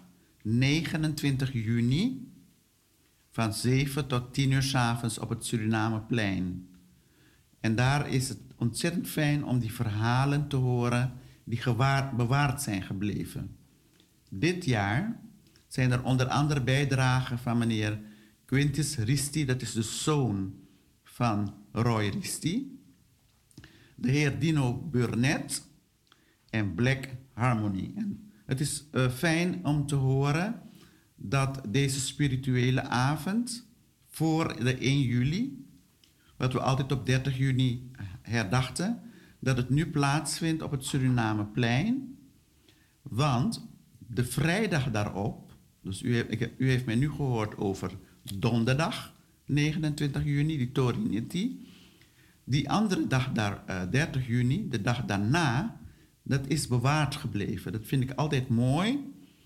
29 juni van 7 tot 10 uur 's avonds op het Surinameplein. En daar is het ontzettend fijn om die verhalen te horen die bewaard zijn gebleven. Dit jaar zijn er onder andere bijdragen van meneer Quintus Risti, dat is de zoon van Roy Risti, de heer Dino Burnett en Black Harmony. En het is fijn om te horen dat deze spirituele avond voor de 1 juli, wat we altijd op 30 juni herdachten, dat het nu plaatsvindt op het Surinameplein. Want de vrijdag daarop, dus u heeft mij nu gehoord over donderdag 29 juni, die Torinetti. Die andere dag, 30 juni, de dag daarna, dat is bewaard gebleven. Dat vind ik altijd mooi.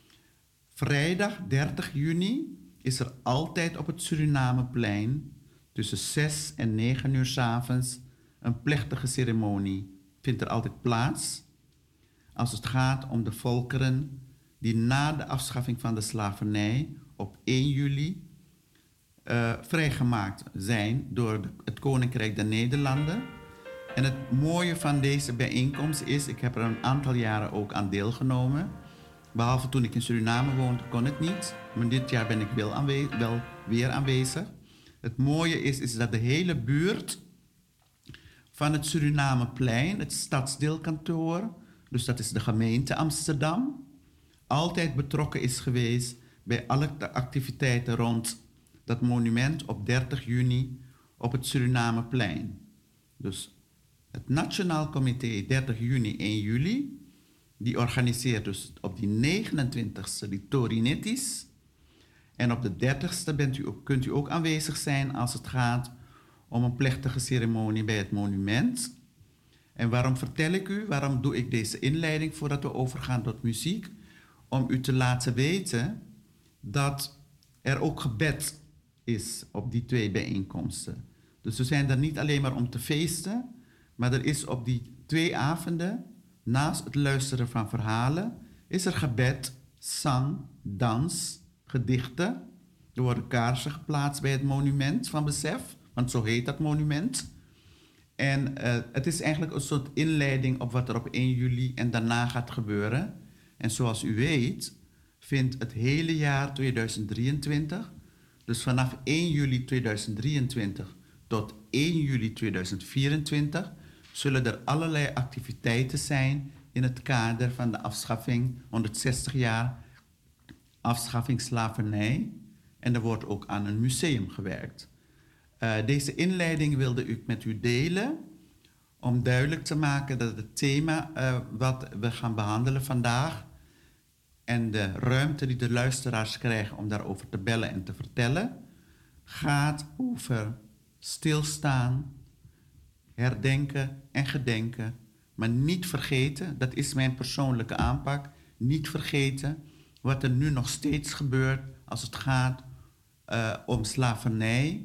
Vrijdag 30 juni is er altijd op het Surinameplein tussen 6 en 9 uur 's avonds een plechtige ceremonie. Vindt er altijd plaats als het gaat om de volkeren die na de afschaffing van de slavernij op 1 juli vrijgemaakt zijn door het Koninkrijk der Nederlanden. En het mooie van deze bijeenkomst is, ik heb er een aantal jaren ook aan deelgenomen. Behalve toen ik in Suriname woonde, kon het niet. Maar dit jaar ben ik wel weer aanwezig. Het mooie is dat de hele buurt van het Surinameplein, het stadsdeelkantoor, dus dat is de gemeente Amsterdam, altijd betrokken is geweest bij alle activiteiten rond dat monument op 30 juni op het Surinameplein. Dus het Nationaal Comité 30 juni 1 juli, die organiseert dus op die 29e die Torinettis. En op de 30e kunt u ook aanwezig zijn als het gaat om een plechtige ceremonie bij het monument. En waarom vertel ik u, waarom doe ik deze inleiding voordat we overgaan tot muziek? Om u te laten weten dat er ook gebed is op die 2 bijeenkomsten. Dus we zijn er niet alleen maar om te feesten, maar er is op die 2 avonden, naast het luisteren van verhalen, is er gebed, zang, dans, gedichten. Er worden kaarsen geplaatst bij het monument van besef, want zo heet dat monument. En het is eigenlijk een soort inleiding op wat er op 1 juli en daarna gaat gebeuren. En zoals u weet, vindt het hele jaar 2023, dus vanaf 1 juli 2023 tot 1 juli 2024, zullen er allerlei activiteiten zijn in het kader van de afschaffing, 160 jaar afschaffing slavernij. En er wordt ook aan een museum gewerkt. Deze inleiding wilde ik met u delen om duidelijk te maken dat het thema wat we gaan behandelen vandaag en de ruimte die de luisteraars krijgen om daarover te bellen en te vertellen, gaat over stilstaan, herdenken en gedenken, maar niet vergeten, dat is mijn persoonlijke aanpak, niet vergeten wat er nu nog steeds gebeurt als het gaat om slavernij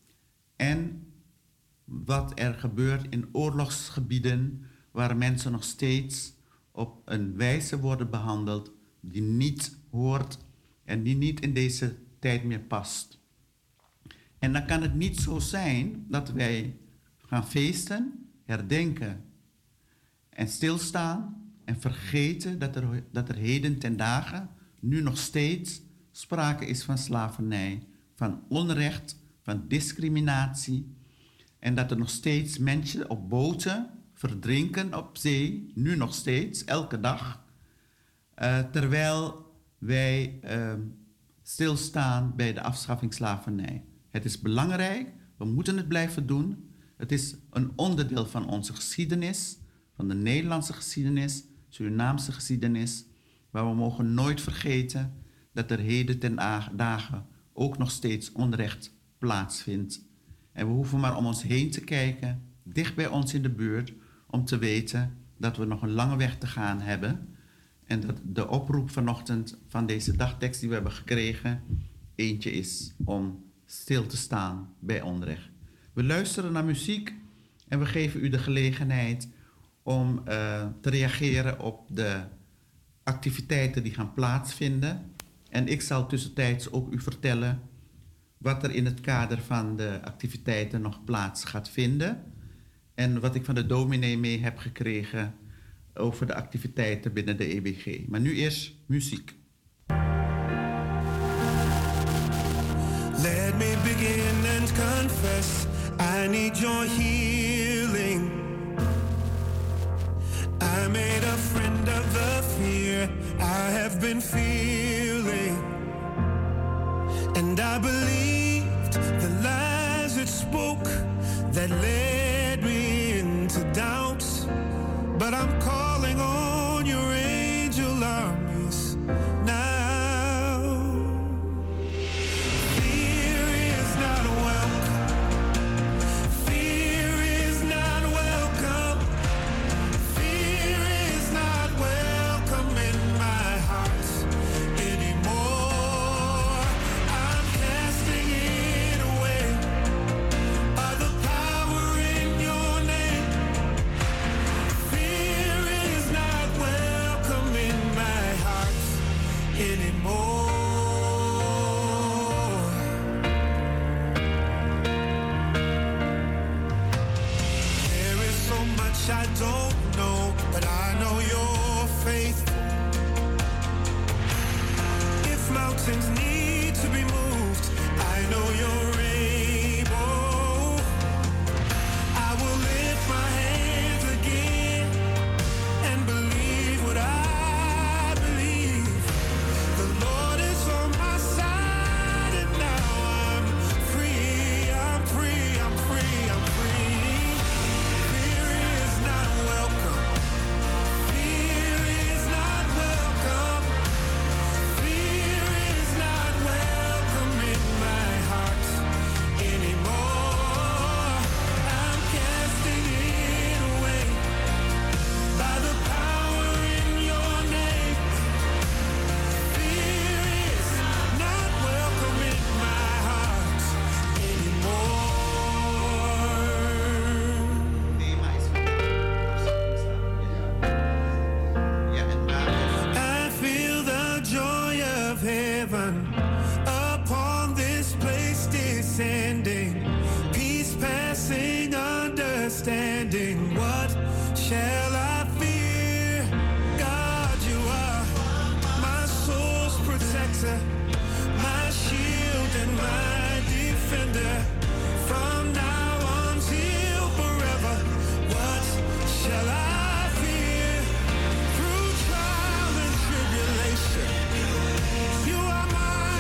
en wat er gebeurt in oorlogsgebieden waar mensen nog steeds op een wijze worden behandeld die niet hoort en die niet in deze tijd meer past. En dan kan het niet zo zijn dat wij gaan feesten, herdenken en stilstaan en vergeten dat er heden ten dagen nu nog steeds sprake is van slavernij, van onrecht, van discriminatie en dat er nog steeds mensen op boten verdrinken op zee, nu nog steeds, elke dag, terwijl wij stilstaan bij de afschaffing slavernij. Het is belangrijk, we moeten het blijven doen. Het is een onderdeel van onze geschiedenis, van de Nederlandse geschiedenis, Surinaamse geschiedenis, maar we mogen nooit vergeten dat er heden ten dagen ook nog steeds onrecht plaatsvindt. En we hoeven maar om ons heen te kijken, dicht bij ons in de buurt, om te weten dat we nog een lange weg te gaan hebben. En dat de oproep vanochtend van deze dagtekst die we hebben gekregen, eentje is om stil te staan bij onrecht. We luisteren naar muziek en we geven u de gelegenheid om te reageren op de activiteiten die gaan plaatsvinden. En ik zal tussentijds ook u vertellen wat er in het kader van de activiteiten nog plaats gaat vinden. En wat ik van de dominee mee heb gekregen over de activiteiten binnen de EBG. Maar nu eerst muziek. Let me begin and confess, I need your healing. I made a friend of the fear I have been feeling. And I believed the lies it spoke that led me into doubt. But I'm calling on your angel armies now. Fear is not welcome. Fear is not welcome. Fear is not welcome in my heart anymore. I'm casting it away by the power in your name. Fear is not welcome in my heart anymore. There is so much I don't know, but I know you're faithful. If mountains need to be moved, I know you're able. I will lift my hands again and believe what I believe. The Lord is on my side and now I'm free, I'm free, I'm free, I'm free. Fear is not welcome. Fear is not welcome. Fear is not welcome in my heart anymore. I'm casting it away by the power in your name. Fear is not welcome in my heart anymore. Thema is ja, en daar is I feel the joy of heaven upon this place descending. Peace passing understanding. What shall I fear? God, you are my soul's protector, my shield and my defender. From now until forever, what shall I fear? Through trial and tribulation, you are my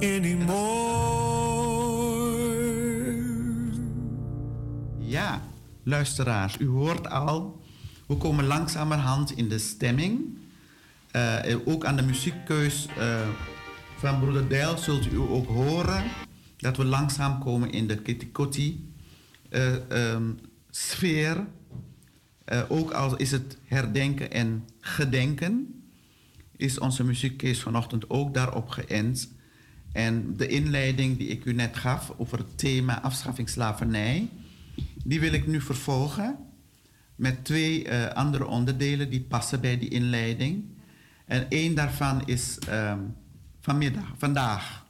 anymore. Ja, luisteraars, u hoort al, we komen langzamerhand in de stemming. Ook aan de muziekkeus van broeder Dijl zult u ook horen dat we langzaam komen in de Kitty sfeer. Ook al is het herdenken en gedenken, is onze muziekkeus vanochtend ook daarop geënt. En de inleiding die ik u net gaf over het thema afschaffing slavernij, die wil ik nu vervolgen met 2 andere onderdelen die passen bij die inleiding. En 1 daarvan is vandaag.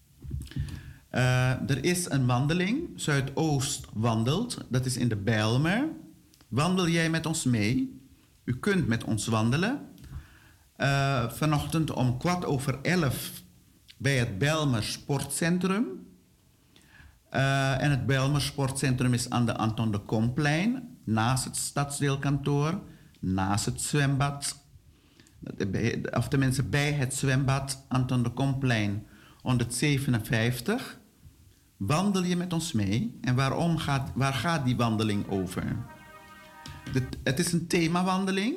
Er is een wandeling, Zuidoost wandelt, dat is in de Bijlmer. Wandel jij met ons mee? U kunt met ons wandelen. Vanochtend om 11:15 bij het Bijlmer Sportcentrum. En het Bijlmer Sportcentrum is aan de Anton de Komplein, naast het stadsdeelkantoor, naast het zwembad. Of tenminste bij het zwembad Anton de Komplein 157. Wandel je met ons mee? En waar gaat die wandeling over? Het is een themawandeling.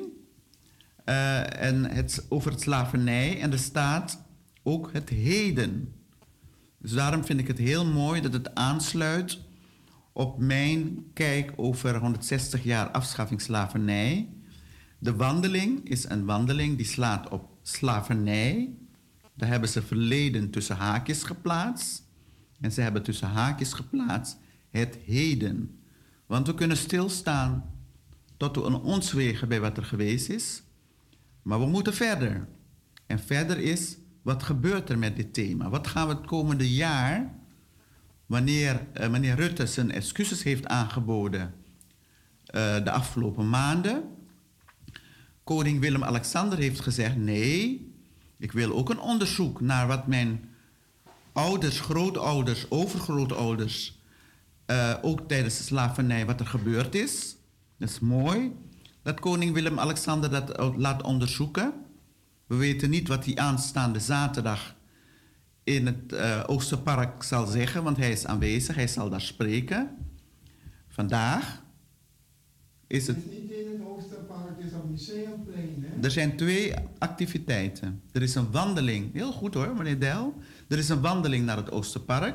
En het over het slavernij. En er staat ook het heden. Dus daarom vind ik het heel mooi dat het aansluit op mijn kijk over 160 jaar afschaffing slavernij. De wandeling is een wandeling die slaat op slavernij. Daar hebben ze verleden tussen haakjes geplaatst. En ze hebben tussen haakjes geplaatst het heden. Want we kunnen stilstaan tot we aan ons wegen bij wat er geweest is. Maar we moeten verder. En verder is, wat gebeurt er met dit thema? Wat gaan we het komende jaar, wanneer meneer Rutte zijn excuses heeft aangeboden de afgelopen maanden. Koning Willem-Alexander heeft gezegd, nee, ik wil ook een onderzoek naar wat mijn ouders, grootouders, overgrootouders, ook tijdens de slavernij, wat er gebeurd is. Dat is mooi dat koning Willem-Alexander dat laat onderzoeken. We weten niet wat hij aanstaande zaterdag in het Oosterpark zal zeggen, want hij is aanwezig, hij zal daar spreken. Vandaag is het... Het is niet in het Oosterpark, het is op Museumplein, hè? Er zijn 2 activiteiten. Er is een wandeling, heel goed hoor, meneer Dijl. Er is een wandeling naar het Oosterpark.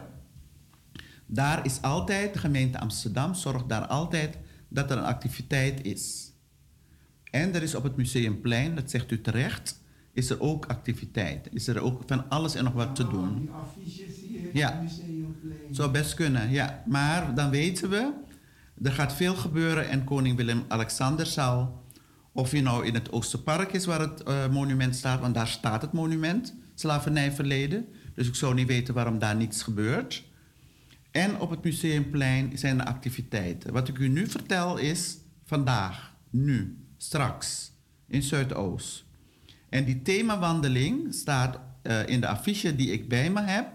Daar is altijd, de gemeente Amsterdam zorgt daar altijd dat er een activiteit is. En er is op het Museumplein, dat zegt u terecht, is er ook activiteit. Is er ook van alles en nog wat te doen. Die affiches hier Ja. op het Museumplein. Zou best kunnen, ja. Maar dan weten we, er gaat veel gebeuren en koning Willem-Alexander zal, of je nou in het Oosterpark is waar het monument staat, want daar staat het monument, slavernijverleden. Dus ik zou niet weten waarom daar niets gebeurt. En op het Museumplein zijn er activiteiten. Wat ik u nu vertel is vandaag, nu, straks, in Zuidoost. En die themawandeling staat in de affiche die ik bij me heb.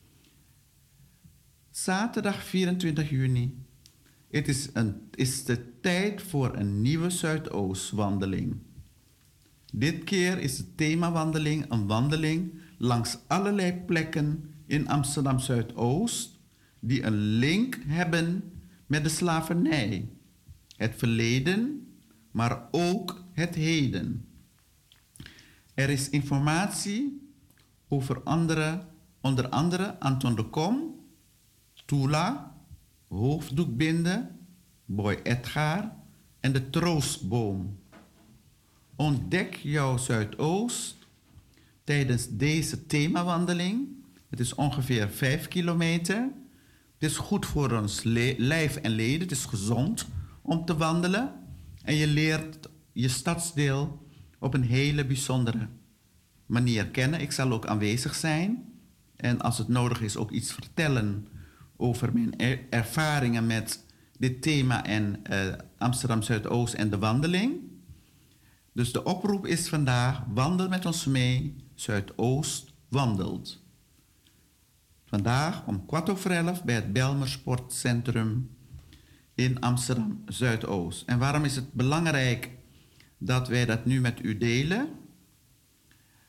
Zaterdag 24 juni. Het is de tijd voor een nieuwe Zuidoostwandeling. Dit keer is de themawandeling een wandeling langs allerlei plekken in Amsterdam Zuidoost die een link hebben met de slavernij. Het verleden, maar ook het heden. Er is informatie over onder andere Anton de Kom, Tula, Hoofddoekbinden, Boy Edgar en de Troostboom. Ontdek jouw Zuidoost tijdens deze themawandeling. Het is ongeveer 5 kilometer. Het is goed voor ons lijf en leden. Het is gezond om te wandelen. En je leert je stadsdeel op een hele bijzondere manier kennen. Ik zal ook aanwezig zijn. En als het nodig is ook iets vertellen over mijn ervaringen met dit thema en Amsterdam Zuidoost en de wandeling. Dus de oproep is vandaag, wandel met ons mee, Zuidoost wandelt. Vandaag om 11:15 bij het Bijlmer Sportcentrum in Amsterdam Zuidoost. En waarom is het belangrijk dat wij dat nu met u delen?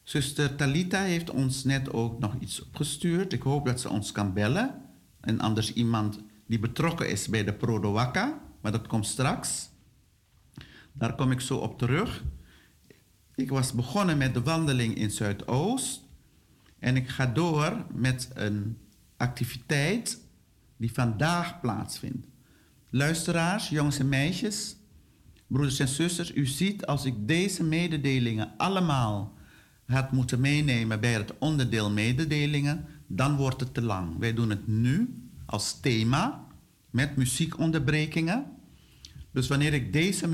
Zuster Talita heeft ons net ook nog iets opgestuurd. Ik hoop dat ze ons kan bellen. En anders iemand die betrokken is bij de Prodowaka. Maar dat komt straks. Daar kom ik zo op terug. Ik was begonnen met de wandeling in Zuidoost. En ik ga door met een activiteit die vandaag plaatsvindt. Luisteraars, jongens en meisjes, broeders en zusters, u ziet als ik deze mededelingen allemaal had moeten meenemen bij het onderdeel mededelingen, dan wordt het te lang. Wij doen het nu als thema met muziekonderbrekingen. Dus wanneer ik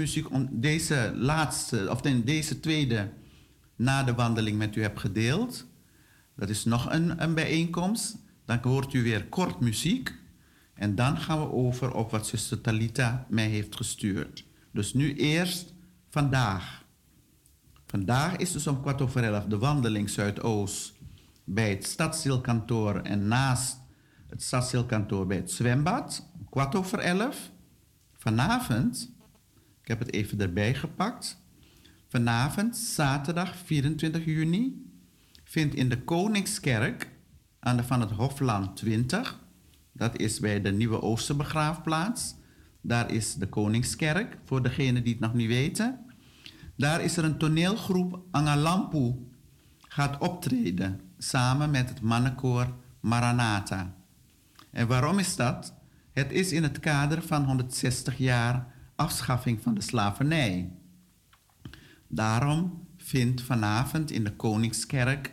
deze tweede na de wandeling met u heb gedeeld, dat is nog een bijeenkomst, dan hoort u weer kort muziek en dan gaan we over op wat zuster Talita mij heeft gestuurd. Dus nu eerst vandaag. Vandaag is dus om 11:15 de wandeling Zuidoost bij het stadsdeelkantoor en naast het stadsdeelkantoor bij het zwembad. Om 11:15. Vanavond, ik heb het even erbij gepakt. Vanavond, zaterdag 24 juni, vindt in de Koningskerk aan de Van het Hofland 20, dat is bij de Nieuwe Oosterbegraafplaats. Daar is de Koningskerk, voor degenen die het nog niet weten. Daar is er een toneelgroep Angalampu gaat optreden, samen met het mannenkoor Maranatha. En waarom is dat? Het is in het kader van 160 jaar afschaffing van de slavernij. Daarom vindt vanavond in de Koningskerk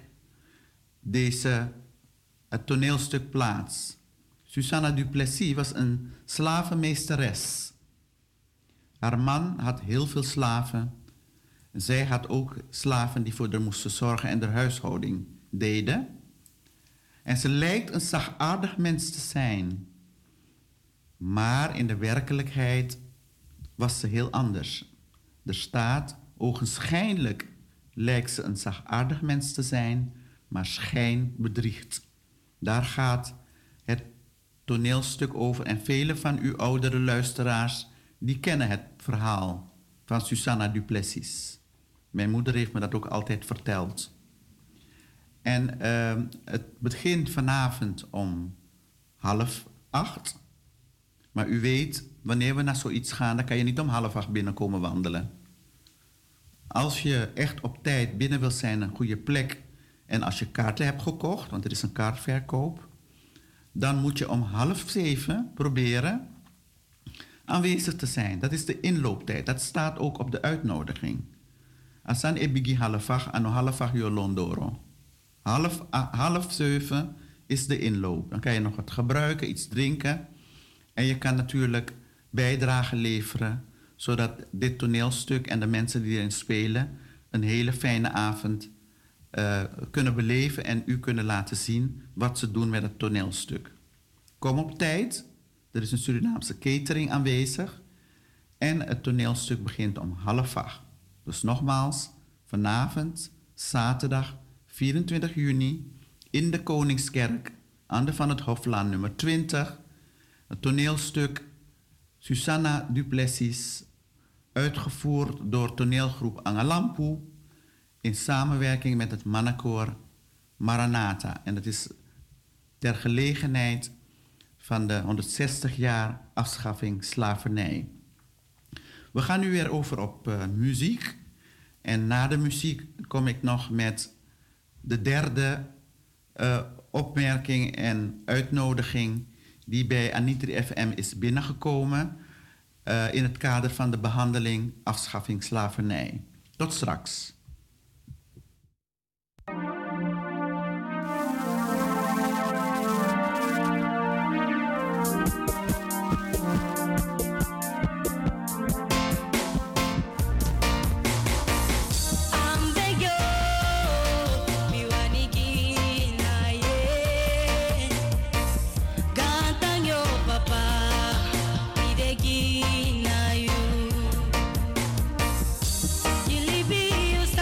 het toneelstuk plaats. Susanna Duplessis was een slavenmeesteres. Haar man had heel veel slaven. Zij had ook slaven die voor haar moesten zorgen en de huishouding deden. En ze lijkt een zachtaardig mens te zijn. Maar in de werkelijkheid was ze heel anders. Er staat, ogenschijnlijk lijkt ze een zachtaardig mens te zijn, maar schijn bedriegt. Daar gaat het toneelstuk over en vele van uw oudere luisteraars die kennen het verhaal van Susanna Duplessis. Mijn moeder heeft me dat ook altijd verteld. En het begint vanavond om 7:30. Maar u weet, wanneer we naar zoiets gaan, dan kan je niet om 7:30 binnenkomen wandelen. Als je echt op tijd binnen wil zijn, een goede plek, en als je kaarten hebt gekocht, want er is een kaartverkoop, dan moet je om 6:30 proberen aanwezig te zijn. Dat is de inlooptijd. Dat staat ook op de uitnodiging. Asan ebigi 6:30 ano 6:30 yo londoro. 6:30 is de inloop. Dan kan je nog wat gebruiken, iets drinken. En je kan natuurlijk bijdrage leveren, zodat dit toneelstuk en de mensen die erin spelen een hele fijne avond kunnen beleven en u kunnen laten zien wat ze doen met het toneelstuk. Kom op tijd. Er is een Surinaamse catering aanwezig. En het toneelstuk begint om 7:30. Dus nogmaals, vanavond, zaterdag 24 juni, in de Koningskerk aan de Van het Hoflaan nummer 20. Het toneelstuk Susanna Duplessis, uitgevoerd door toneelgroep Angalampu in samenwerking met het mannenkoor Maranatha. En dat is ter gelegenheid van de 160 jaar afschaffing slavernij. We gaan nu weer over op muziek. En na de muziek kom ik nog met de derde opmerking en uitnodiging die bij Anitri FM is binnengekomen in het kader van de behandeling afschaffing slavernij. Tot straks. You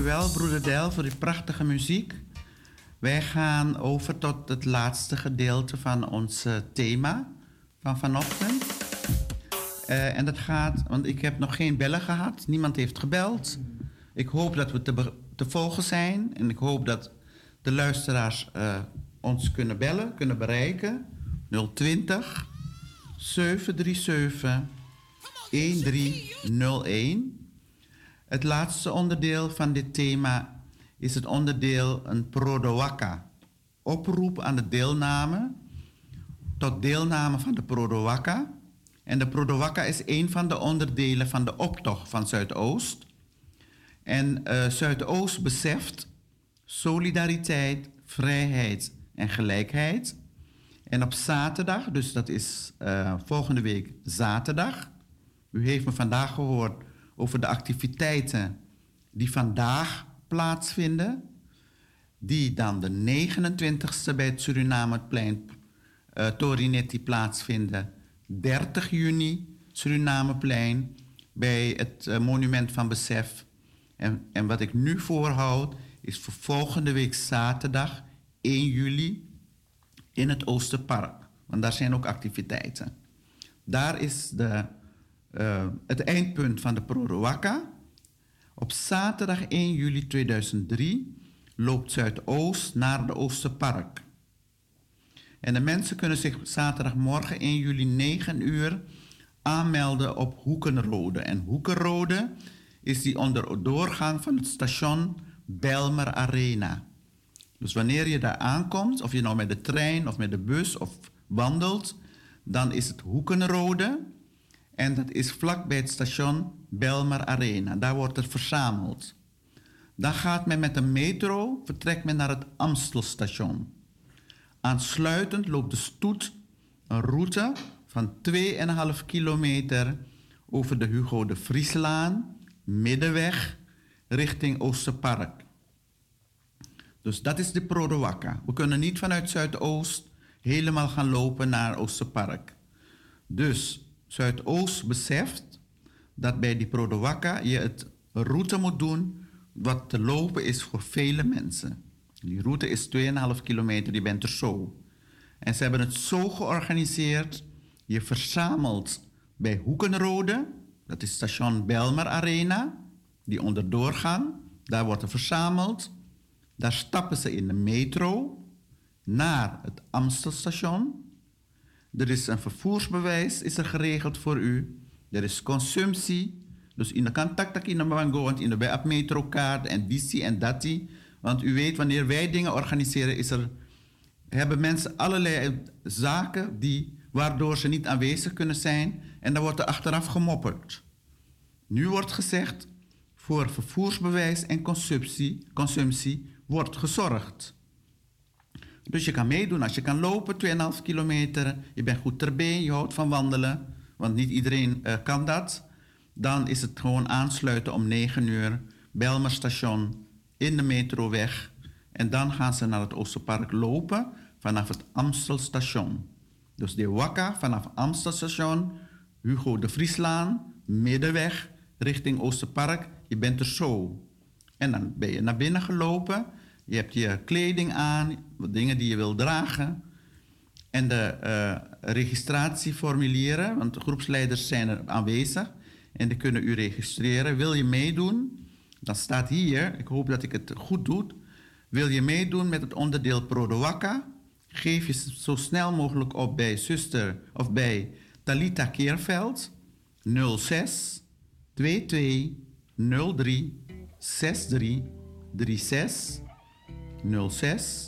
u wel, broeder Del, voor die prachtige muziek. Wij gaan over tot het laatste gedeelte van ons thema van vanochtend. En dat gaat, want ik heb nog geen bellen gehad. Niemand heeft gebeld. Ik hoop dat we te volgen zijn. En ik hoop dat de luisteraars ons kunnen bellen, kunnen bereiken. 020 737 1301. Het laatste onderdeel van dit thema is het onderdeel een Prodowaka. Oproep aan de deelname, tot deelname van de Prodowaka. En de Prodowaka is een van de onderdelen van de optocht van Zuidoost. En Zuidoost beseft solidariteit, vrijheid en gelijkheid. En op zaterdag, dus dat is volgende week zaterdag. U heeft me vandaag gehoord over de activiteiten die vandaag plaatsvinden. Die dan de 29e bij het Surinameplein Torinetti plaatsvinden. 30 juni Surinameplein bij het Monument van Besef. En wat ik nu voorhoud is voor volgende week zaterdag 1 juli in het Oosterpark. Want daar zijn ook activiteiten. Daar is het eindpunt van de Prodowaka. Op zaterdag 1 juli 2003 loopt Zuidoost naar de Oosterpark. En de mensen kunnen zich zaterdagmorgen 1 juli 9 uur aanmelden op Hoekenrode. En Hoekenrode is die onder doorgang van het station Belmer Arena. Dus wanneer je daar aankomt, of je nou met de trein of met de bus of wandelt, dan is het Hoekenrode. En dat is vlak bij het station Belmer Arena. Daar wordt het verzameld. Dan gaat men met de metro, vertrekt men naar het Amstelstation. Aansluitend loopt de stoet een route van 2,5 kilometer over de Hugo de Vrieslaan, Middenweg, richting Oosterpark. Dus dat is de Prodowaka. We kunnen niet vanuit Zuidoost helemaal gaan lopen naar Oosterpark. Dus Zuidoost beseft dat bij die Prodowaka je het route moet doen wat te lopen is voor vele mensen. Die route is 2,5 kilometer, je bent er zo. En ze hebben het zo georganiseerd. Je verzamelt bij Hoekenrode, dat is station Belmer Arena, die onder doorgang. Daar wordt er verzameld. Daar stappen ze in de metro naar het Amstelstation. Er is een vervoersbewijs, is er geregeld voor u. Er is consumptie. Dus in de contact in de bango, want in de bij metrokaart en die en dat. Want u weet, wanneer wij dingen organiseren, hebben mensen allerlei zaken waardoor ze niet aanwezig kunnen zijn. En dan wordt er achteraf gemopperd. Nu wordt gezegd, voor vervoersbewijs en consumptie wordt gezorgd. Dus je kan meedoen als je kan lopen, 2,5 kilometer. Je bent goed ter been, je houdt van wandelen. Want niet iedereen kan dat. Dan is het gewoon aansluiten om 9 uur. Belmerstation in de metroweg. En dan gaan ze naar het Oosterpark lopen vanaf het Amstelstation. Dus de Wakka vanaf Amstelstation, Hugo de Vrieslaan, Middenweg, richting Oosterpark. Je bent er zo. En dan ben je naar binnen gelopen. Je hebt je kleding aan, dingen die je wil dragen. En de registratieformulieren, want de groepsleiders zijn er aanwezig. En die kunnen u registreren. Wil je meedoen? Dan staat hier, ik hoop dat ik het goed doe. Wil je meedoen met het onderdeel Prodowaka? Geef je zo snel mogelijk op bij zuster of bij Talita Keerveld 06 22 03 63 36 06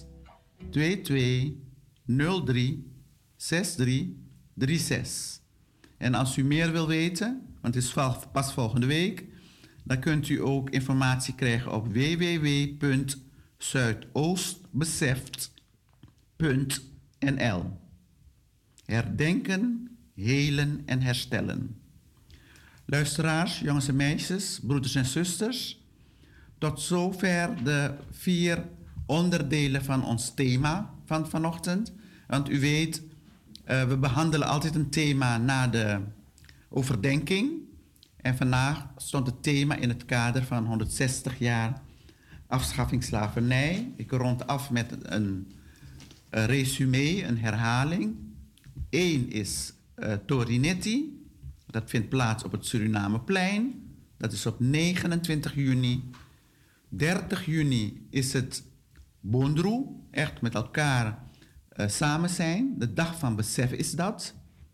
22 03 63 36. En als u meer wil weten, want het is pas volgende week, dan kunt u ook informatie krijgen op www.zuidoostbeseft.nl. Herdenken, helen en herstellen. Luisteraars, jongens en meisjes, broeders en zusters, tot zover de 4 onderdelen van ons thema van vanochtend. Want u weet, we behandelen altijd een thema na de overdenking. En vandaag stond het thema in het kader van 160 jaar afschaffing slavernij. Ik rond af met een resume, een herhaling. 1 is Torinetti. Dat vindt plaats op het Surinameplein. Dat is op 29 juni. 30 juni is het Bondru. Echt met elkaar samen zijn. De dag van besef is dat.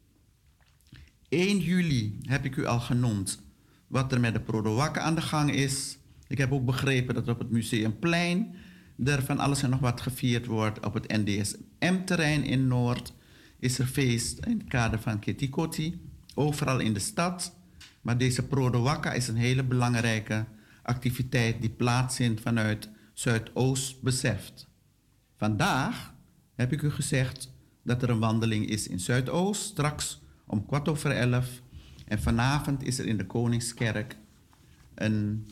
1 juli heb ik u al genoemd wat er met de Prodowaka aan de gang is. Ik heb ook begrepen dat op het Museumplein er van alles en nog wat gevierd wordt. Op het NDSM-terrein in Noord is er feest in het kader van Ketikoti. Overal in de stad. Maar deze Prodowaka is een hele belangrijke activiteit die plaatsvindt vanuit Zuidoost beseft. Vandaag heb ik u gezegd dat er een wandeling is in Zuidoost, straks om 11:15. En vanavond is er in de Koningskerk een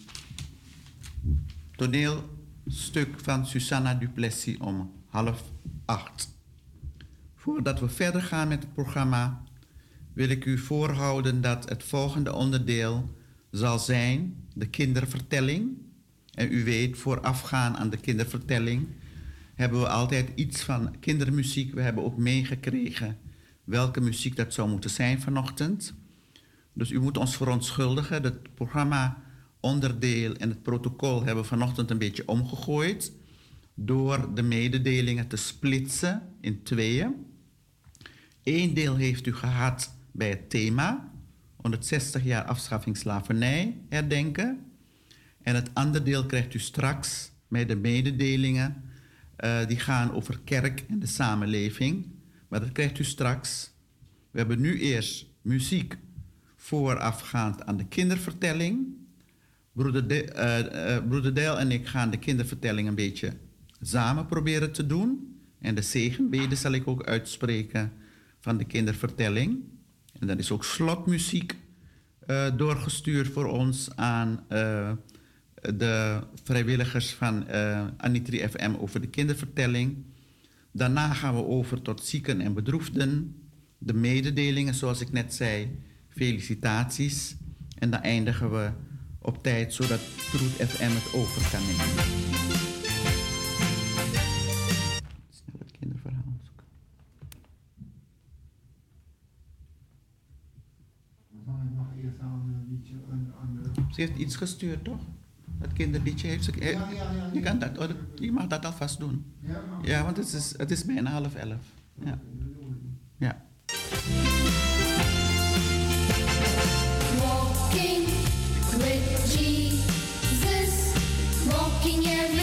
toneelstuk van Susanna Duplessis om 7:30. Voordat we verder gaan met het programma, wil ik u voorhouden dat het volgende onderdeel zal zijn de kindervertelling. En u weet, voorafgaan aan de kindervertelling hebben we altijd iets van kindermuziek. We hebben ook meegekregen welke muziek dat zou moeten zijn vanochtend. Dus u moet ons verontschuldigen. Het programma-onderdeel en het protocol hebben we vanochtend een beetje omgegooid door de mededelingen te splitsen in tweeën. Eén deel heeft u gehad bij het thema 160 jaar afschaffing slavernij herdenken. En het andere deel krijgt u straks met de mededelingen die gaan over kerk en de samenleving. Maar dat krijgt u straks. We hebben nu eerst muziek voorafgaand aan de kindervertelling. Broeder Deil en ik gaan de kindervertelling een beetje samen proberen te doen. En de zegenbede zal ik ook uitspreken van de kindervertelling. En dan is ook slotmuziek doorgestuurd voor ons aan de vrijwilligers van Anitri FM over de kindervertelling. Daarna gaan we over tot zieken en bedroefden. De mededelingen, zoals ik net zei, felicitaties. En dan eindigen we op tijd, zodat Truth FM het over kan nemen. Snel het kinderverhaal zoeken. Ik mag eerst aan een liedje een Ze heeft iets gestuurd, toch? Het kinderliedje heeft ze... Ja. Je kan dat, je mag dat alvast doen. Ja, want het is bijna 10:30. Ja. Ja. Walking with Jesus, walking every